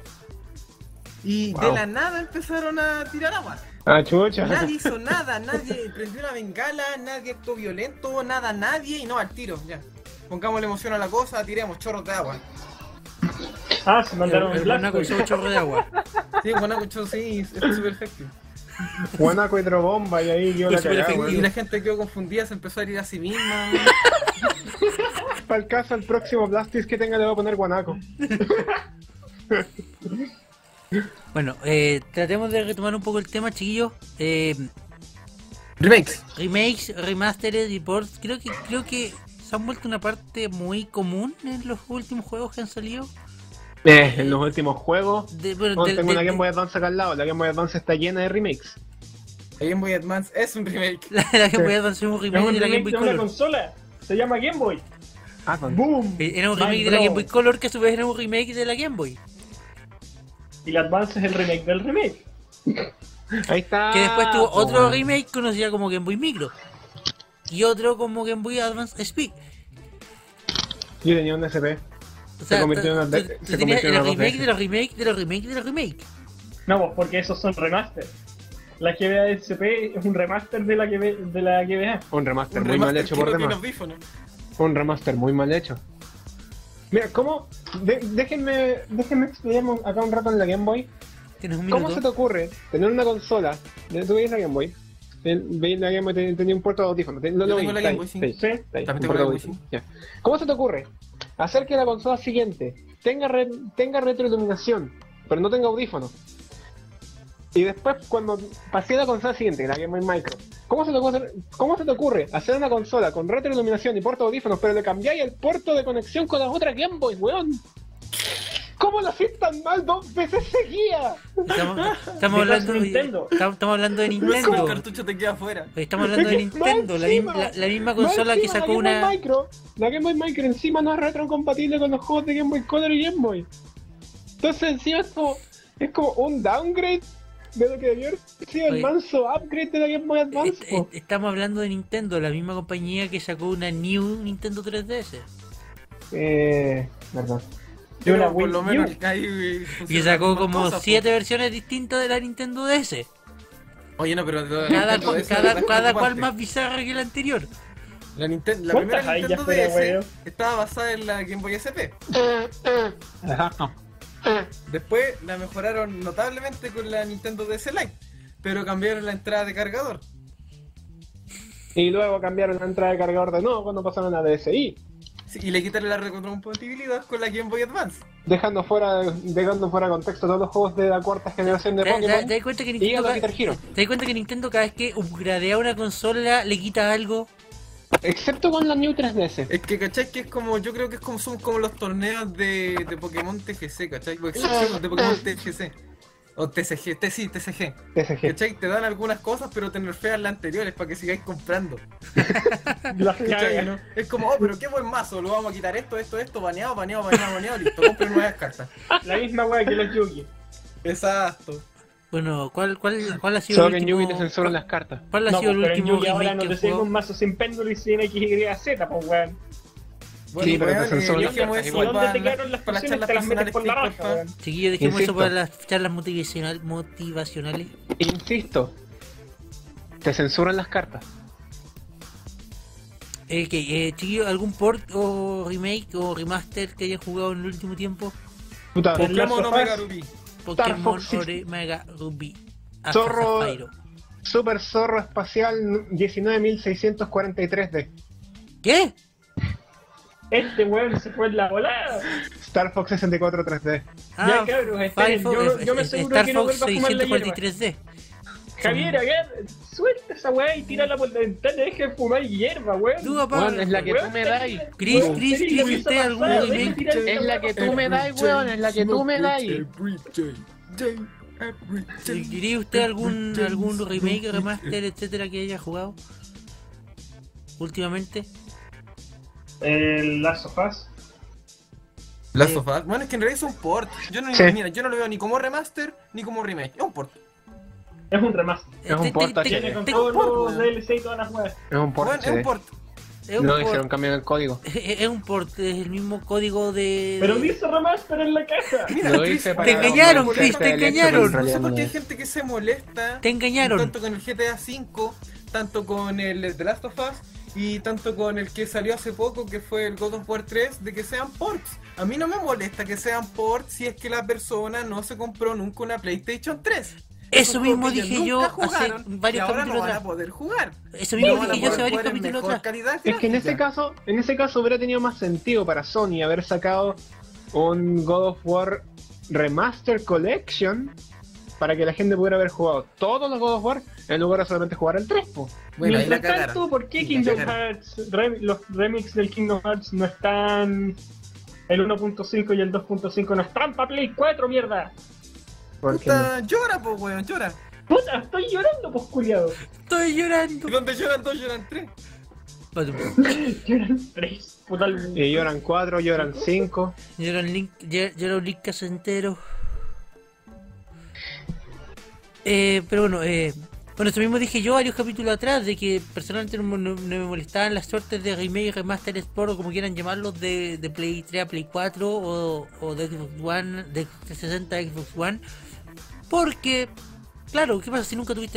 Y de Wow. la nada empezaron a tirar agua. Ah, chucha. Nadie hizo nada, nadie prendió una bengala, nadie actuó violento, nada, nadie, y no, al tiro, ya. Pongamos la emoción a la cosa, tiremos chorros de agua. Ah, se mandaron El Black guanaco Boy. hizo un chorro de agua. Sí, Guanaco, sí, es súper efectivo. Guanaco hidrobomba y ahí yo Fue la súper cagada, efectivo. Y weón. la gente quedó confundida, se empezó a herir a sí misma. Para el caso, el próximo Blastis que tenga le voy a poner guanaco. Bueno, tratemos de retomar un poco el tema, chiquillos. Remakes. Remakes, remastered y ports, creo que se han vuelto una parte muy común en los últimos juegos que han salido. En los últimos juegos, Bueno, no, tengo una Game Boy Advance acá al lado. La Game Boy Advance está llena de remakes. La Game Boy Advance es un remake. la Game Boy Advance es un Es remake un de la Game remake Boy de una Color. consola. Se llama Game Boy. Ah, con... ¡Boom! Era un My remake de la bro. Game Boy Color que a su vez era un remake de la Game Boy. Y la Advance es el remake del remake. Ahí está. Que después tuvo po, otro weón. remake conocido como Game Boy Micro. Y otro como Game Boy Advance SP. Yo tenía un SP. O sea, convirtió en una- tú se tenías convirtió en el una remake 2DS. de los remake de los remake de los remake. No, pues porque esos son remaster. La GBA SP es un remaster de la GBA. Un remaster Un muy mal remaster hecho que por no tiene demás. audífonos. Un remaster muy mal hecho. Mira, ¿cómo? Déjenme explicarme acá un rato en la Game Boy. Tienes un ¿Cómo minuto. se te ocurre tener una consola? ¿Tú veis la Game Boy? Veis la Game Boy, tenía un puerto de audífono. Yo tengo la Game Boy, sí. Sí. Está ahí, También un tengo puerto la de Game Boy, audífono. Ya. ¿Cómo se te ocurre hacer que la consola siguiente tenga retroiluminación, pero no tenga audífono? Y después, cuando pasé a la consola siguiente, la Game Boy Micro, ¿cómo se te ocurre hacer una consola con retroiluminación y puerto de audífonos, pero le cambiáis el puerto de conexión con las otras Game Boy, weón? ¿Cómo lo hacís tan mal 2 veces seguidas? Estamos hablando de Nintendo. estamos hablando de El Nintendo. cartucho te queda afuera. Estamos hablando de Nintendo, la misma consola que sacó una. La Game Boy Micro encima no es retrocompatible con los juegos de Game Boy Color y Game Boy. Entonces encima es como un downgrade de lo que debió haber sido el Oye. manso upgrade de la Game Boy Advance. po. Estamos hablando de Nintendo, la misma compañía que sacó una New Nintendo 3DS. Verdad. Y una Pero por lo Wii U. menos ahí Y funcionan sacó las como cosas, 7 versiones distintas de la Nintendo DS. Oye, no, pero Cada cual más bizarra que la anterior. La primera ¿Cuántas hay ya Nintendo fuera, DS weón? estaba basada en la Game Boy SP. Ajá. Después la mejoraron notablemente con la Nintendo DS Lite, pero cambiaron la entrada de cargador. Y luego cambiaron la entrada de cargador de nuevo cuando pasaron a DSi, Sí, y le quitaron la retrocompatibilidad con la Game Boy Advance. dejando fuera de contexto todos los juegos de la cuarta generación de ¿Te Pokémon. das cuenta que Y Nintendo a los Guitar Hero. te das cuenta que Nintendo cada vez que upgradea una consola le quita algo? Excepto con la New 3DS. Es que, ¿cachai? Que es como, yo creo que es como, son como los torneos de Pokémon TGC, ¿cachai? O excepciones de Pokémon TGC. O TCG, TCG. TSG. ¿Cachai? Te dan algunas cosas, pero te nerfean las anteriores para que sigáis comprando. Las ¿Cachai? cagas, ¿no? Es como, oh, pero qué buen mazo, lo vamos a quitar esto, baneado, listo, compren nuevas cartas. La misma wea que los Yugi. Exacto. Bueno, ¿cuál ha sido Solo el que en último? Yugi te censuran las cartas. ¿Cuál ha No, sido el pero en último Yugi ahora remake no que te sirve jugó? un mazo sin péndulo y sin XYZ, pues weón. Bueno, Sí, pero weón, te censuran las dejemos cartas eso igual. ¿Dónde para te quedaron las para las funciones? charlas Te las metes personales por la raja, Christopher. weón. Chiquillos, dejemos Insisto. eso para las charlas motivacionales. Insisto, te censuran las cartas. Chiquillos, ¿algún port o remake o remaster que hayan jugado en el último tiempo? Puta, Por la- Pokémon Last of Omega Us. Ruby. Pokémon Fox, Omega Ruby. Alpha Zorro. Zafiro. Super Zorro Espacial 19.643D. ¿Qué? Este weón se fue en la volada. Star Fox 64 3D. Ya, cabros, esperen, yo me aseguro que no Star Fox vuelva a fumar la hierba. 643D. Javier, suelta esa weá y tírala por la ventana, deja de fumar hierba, weón. Tú, papá. Weón, es la que Weón, tú me das. Chris, weón, Chris, tenés la Chris, pieza ¿usted algún pasada, remake? deja tirar esa Es la weá, que tú weón. me das, weón, es la que tú me das. ¿Diría usted algún remake, remaster, etcétera que haya jugado últimamente? El Last of Us. Last of Us. Bueno, es que en realidad es un port. Sí. Mira, yo no lo veo ni como remaster ni como remake. Es un port. Es un remaster. Es un port HD. Viene con tengo todos un port, los DLC y todas las weas. Es un port Bueno, es un HD. port. Es un No port. hicieron cambio en el código. Es un port, es el mismo código de... Pero dice remaster en la caja. Mira, Lo Chris, hice para te engañaron, aumentar Chris, te el hecho de que en engañaron. No sé realidad por no qué hay es. gente que se molesta. Te engañaron. Tanto con el GTA V, tanto con el The Last of Us y tanto con el que salió hace poco, que fue el God of War 3, de que sean ports. A mí no me molesta que sean ports si es que la persona no se compró nunca una PlayStation 3. Eso Esos mismo juegos que dije nunca yo hace jugaron, varios y ahora capítulos no van a atrás. poder jugar. Eso No mismo van a dije yo hace poder varios jugar en capítulos mejor atrás. calidad Es que en ese caso hubiera tenido más sentido para Sony haber sacado un God of War Remaster Collection para que la gente pudiera haber jugado todos los God of War en lugar de solamente jugar el 3, po. Bueno, ahí la Mientras tanto, cagaron. ¿por qué Y la Kingdom cagaron. Hearts, los remix del Kingdom Hearts no están... El 1.5 y el 2.5 no están para Play 4, mierda? Porque no. Puta, llora, pues, weón, llora. Puta, estoy llorando, pues, culiado. Estoy llorando. Y donde lloran dos, lloran tres. Lloran 3, puta el... Y lloran 4, lloran 5. Llora un link casentero. Pero bueno, Bueno, eso mismo dije yo varios capítulos atrás, de que personalmente no me molestaban las suertes de remake, remaster, sport o como quieran llamarlos, de Play 3 a Play 4 o de Xbox One, de 360 a Xbox One. Porque, claro, ¿qué pasa si nunca tuviste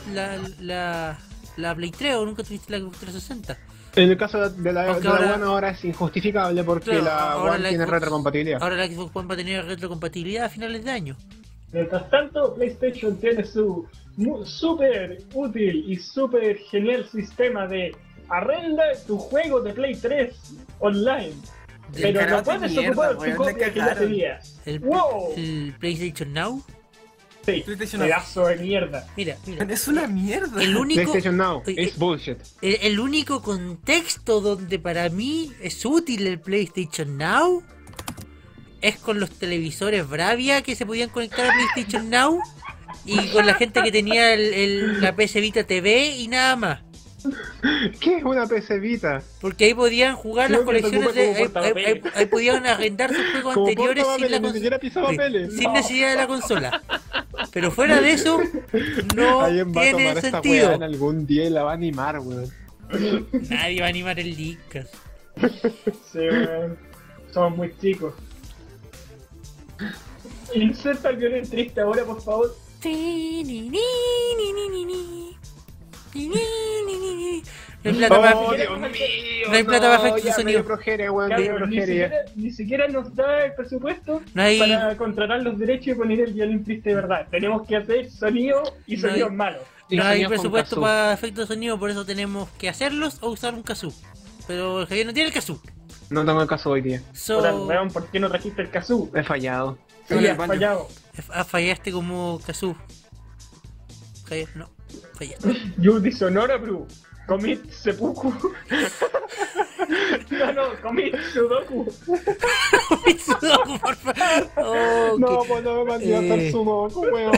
la Play 3 o nunca tuviste la Xbox 360? En el caso de la Aunque ahora- One ahora es injustificable porque Claro, la ahora One la tiene Xbox- retrocompatibilidad. Ahora la Xbox One va a tener retrocompatibilidad a finales de año. Mientras tanto, PlayStation tiene su súper útil y súper genial sistema de arrenda tu juego de Play 3 online. Pero no cagaste puedes mierda, ocupar tu weón, copia le que ya cagaron. tenías. El, ¡Wow! el PlayStation Now. Sí, PlayStation pedazo de mierda. Mira. Es una mierda. El único, PlayStation Now, Oye, es bullshit. el único contexto donde para mí es útil el PlayStation Now es con los televisores Bravia que se podían conectar a PlayStation Now y con la gente que tenía la PS Vita TV y nada más. ¿Qué es una PC Vita? Porque ahí podían jugar Creo las que se colecciones ocupa como de... portapapeles. Ahí podían arrendar sus juegos Como anteriores sin portapapeles, la ni siquiera pisapapeles. sin necesidad de la consola. Pero fuera de eso, no Alguien va a tiene tomar esta sentido. weá en algún día y la va a animar, weón. Nadie va a animar el Leadcast. Sí, weón. Somos muy chicos. Inserta el violín triste ahora, por favor. No hay plata Oh, para... Dios mío, no hay plata para efectos de ya me sonido. dio progeria, weón, me dio Claro, progeria. ni siquiera nos da el presupuesto No hay- para contratar los derechos y poner el violín triste de verdad. Tenemos que hacer sonido y No hay- sonidos malos. Y No hay sonidos con presupuesto kazoo. para efectos de sonido, por eso tenemos que hacerlos o usar un kazoo. Pero el Javier no tiene el kazoo. No tengo el caso hoy día. Puta, So, weón, ¿por qué no trajiste el kazoo? He fallado. Sí, en el has baño. fallado. fallaste como kazoo. Javier, no, fallaste. You dishonora, bro. Commit seppuku. No, commit sudoku. Sudoku, por favor. Oh, No, qué- pues no me mandé a hacer Eh. sudoku, weón.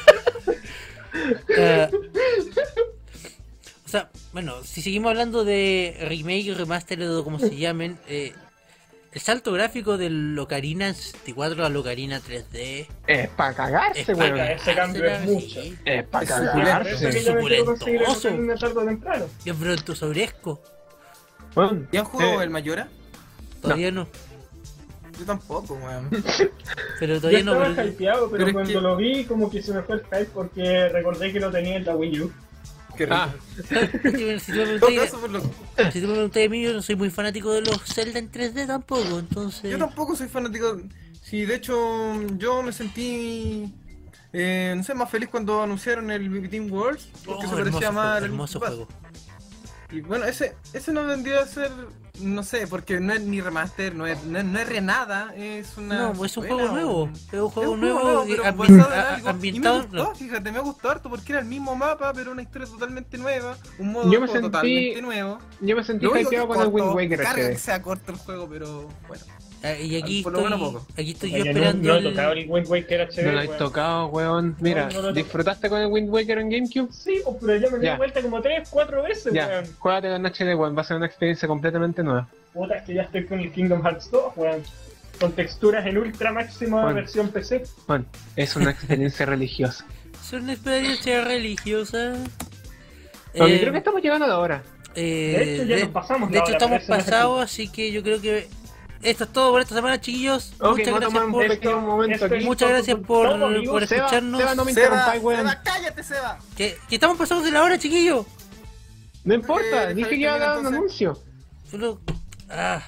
O sea, bueno, si seguimos hablando de remake, remaster o como se llamen, el salto gráfico del Ocarina 64 a la Ocarina 3D Es pa' cagarse, es para weón. cagar. Ese cambio es cagársela, mucho. sí. Es pa' Es Por eso cagarse. que yo me quiero conseguir el Suculentoso. Ocarina tarde o temprano. Y es brontosauresco. Weón, ¿Y han jugado el Mayora? Todavía no. Yo tampoco, weón. Pero Yo todavía no. estaba pero- hypeado, pero pero es cuando que- lo vi como que se me fue el hype porque recordé que lo tenía en la Wii U. Qué rico. Ah, Si tú me En todo preguntáis caso, por lo- si tú me preguntáis a mí, yo no soy muy fanático de los Zelda en 3D tampoco, entonces... Yo tampoco soy fanático. Sí, de hecho, yo me sentí. No sé, más feliz cuando anunciaron el Between Worlds. Porque se parecía más al hermoso Pass. juego. Y bueno, ese no vendría a ser. No sé, porque no es ni remaster, no es re nada. Es una. No, es un secuela, juego nuevo. un- Es un juego es nuevo pero ambi- basado en algo. ambientado. Y me gustó, no. fíjate, me gustó harto porque era el mismo mapa, pero una historia totalmente nueva. Un modo Yo de me juego sentí- totalmente nuevo. yo me sentí Lo único que hypeado es con el Wind corto, Waker carga que HD. sea corto el juego, pero bueno. Y aquí Por lo menos estoy, poco. aquí estoy yo Oye, esperando no he el... tocado el Wind Waker HD. No lo he weón. tocado, weón. Mira, No lo he ¿disfrutaste con el Wind Waker en GameCube? Sí, pues, pero ya me di Ya. vuelta como 3-4 veces, Ya, weón. juégate en HD, weón. Va a ser una experiencia completamente nueva. Puta, es que ya estoy con el Kingdom Hearts 2, weón. Con texturas en ultra máxima Bueno. versión PC. Bueno, es una experiencia religiosa. Es una experiencia religiosa. Aunque creo que estamos llegando a la hora. De hecho, ya nos pasamos de la hecho, hora, estamos pero eso no es pasados, así que yo creo que esto es todo por esta semana, chiquillos. Ok, Muchas vamos a gracias tomar un por... pequeño momento esto aquí. es- Muchas gracias por Seba, escucharnos. Seba, no me Seba, interrumpáis, weón. Seba, cállate, Seba. Que estamos pasados de la hora, chiquillos. No importa, Ok, dije que iba a dar un entonces. anuncio. Solo... Ah,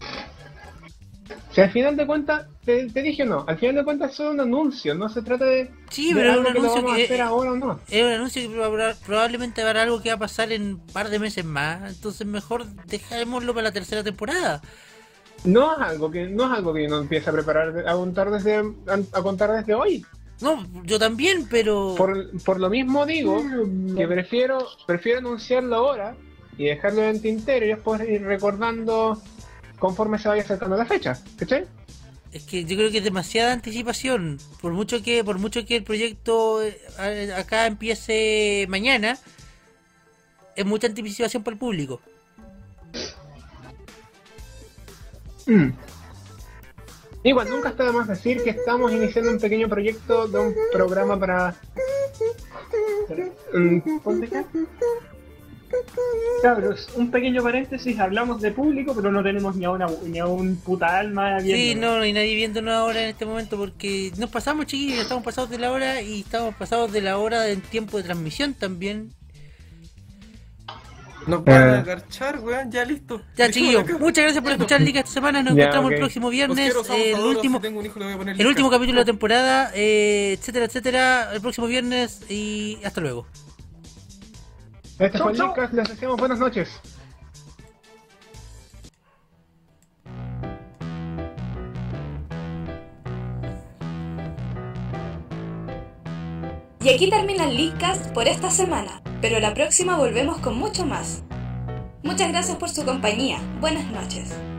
Si al final de cuentas, te dije no, al final de cuentas es solo un anuncio, no se trata de, sí, de pero es algo un que lo anuncio vamos a hacer que... ahora o no. Es un anuncio que probablemente habrá algo que va a pasar en un par de meses más. Entonces mejor dejémoslo para la tercera temporada. No es algo que uno empiece a preparar, a contar desde hoy. No, yo también, pero... Por lo mismo digo que prefiero anunciarlo ahora y dejarlo en el tintero y después ir recordando conforme se vaya acercando la fecha, ¿cachai? Es que yo creo que es demasiada anticipación. Por mucho que el proyecto acá empiece mañana, es mucha anticipación para el público. Igual, nunca está de más decir que estamos iniciando un pequeño proyecto de un programa para Ponte acá. Cabros, un pequeño paréntesis, hablamos de público, pero no tenemos ni a un puta alma viendo. Sí, no hay nadie viéndonos ahora en este momento porque nos pasamos, chiquillos, estamos pasados de la hora y estamos pasados de la hora en tiempo de transmisión también. Nos van a agarchar, weón, ya listo. Ya, chiquillos, muchas gracias por escuchar Liga esta semana. Nos encontramos el próximo Los viernes, quiero, somos el adoros, último si tengo un hijo le voy a poner el último Lica. capítulo de la temporada, etcétera, etcétera, el próximo viernes y hasta luego. Este fue el Chau, chau. Leadcast, les deseamos buenas noches. Y aquí termina el Leadcast por esta semana, pero la próxima volvemos con mucho más. Muchas gracias por su compañía. Buenas noches.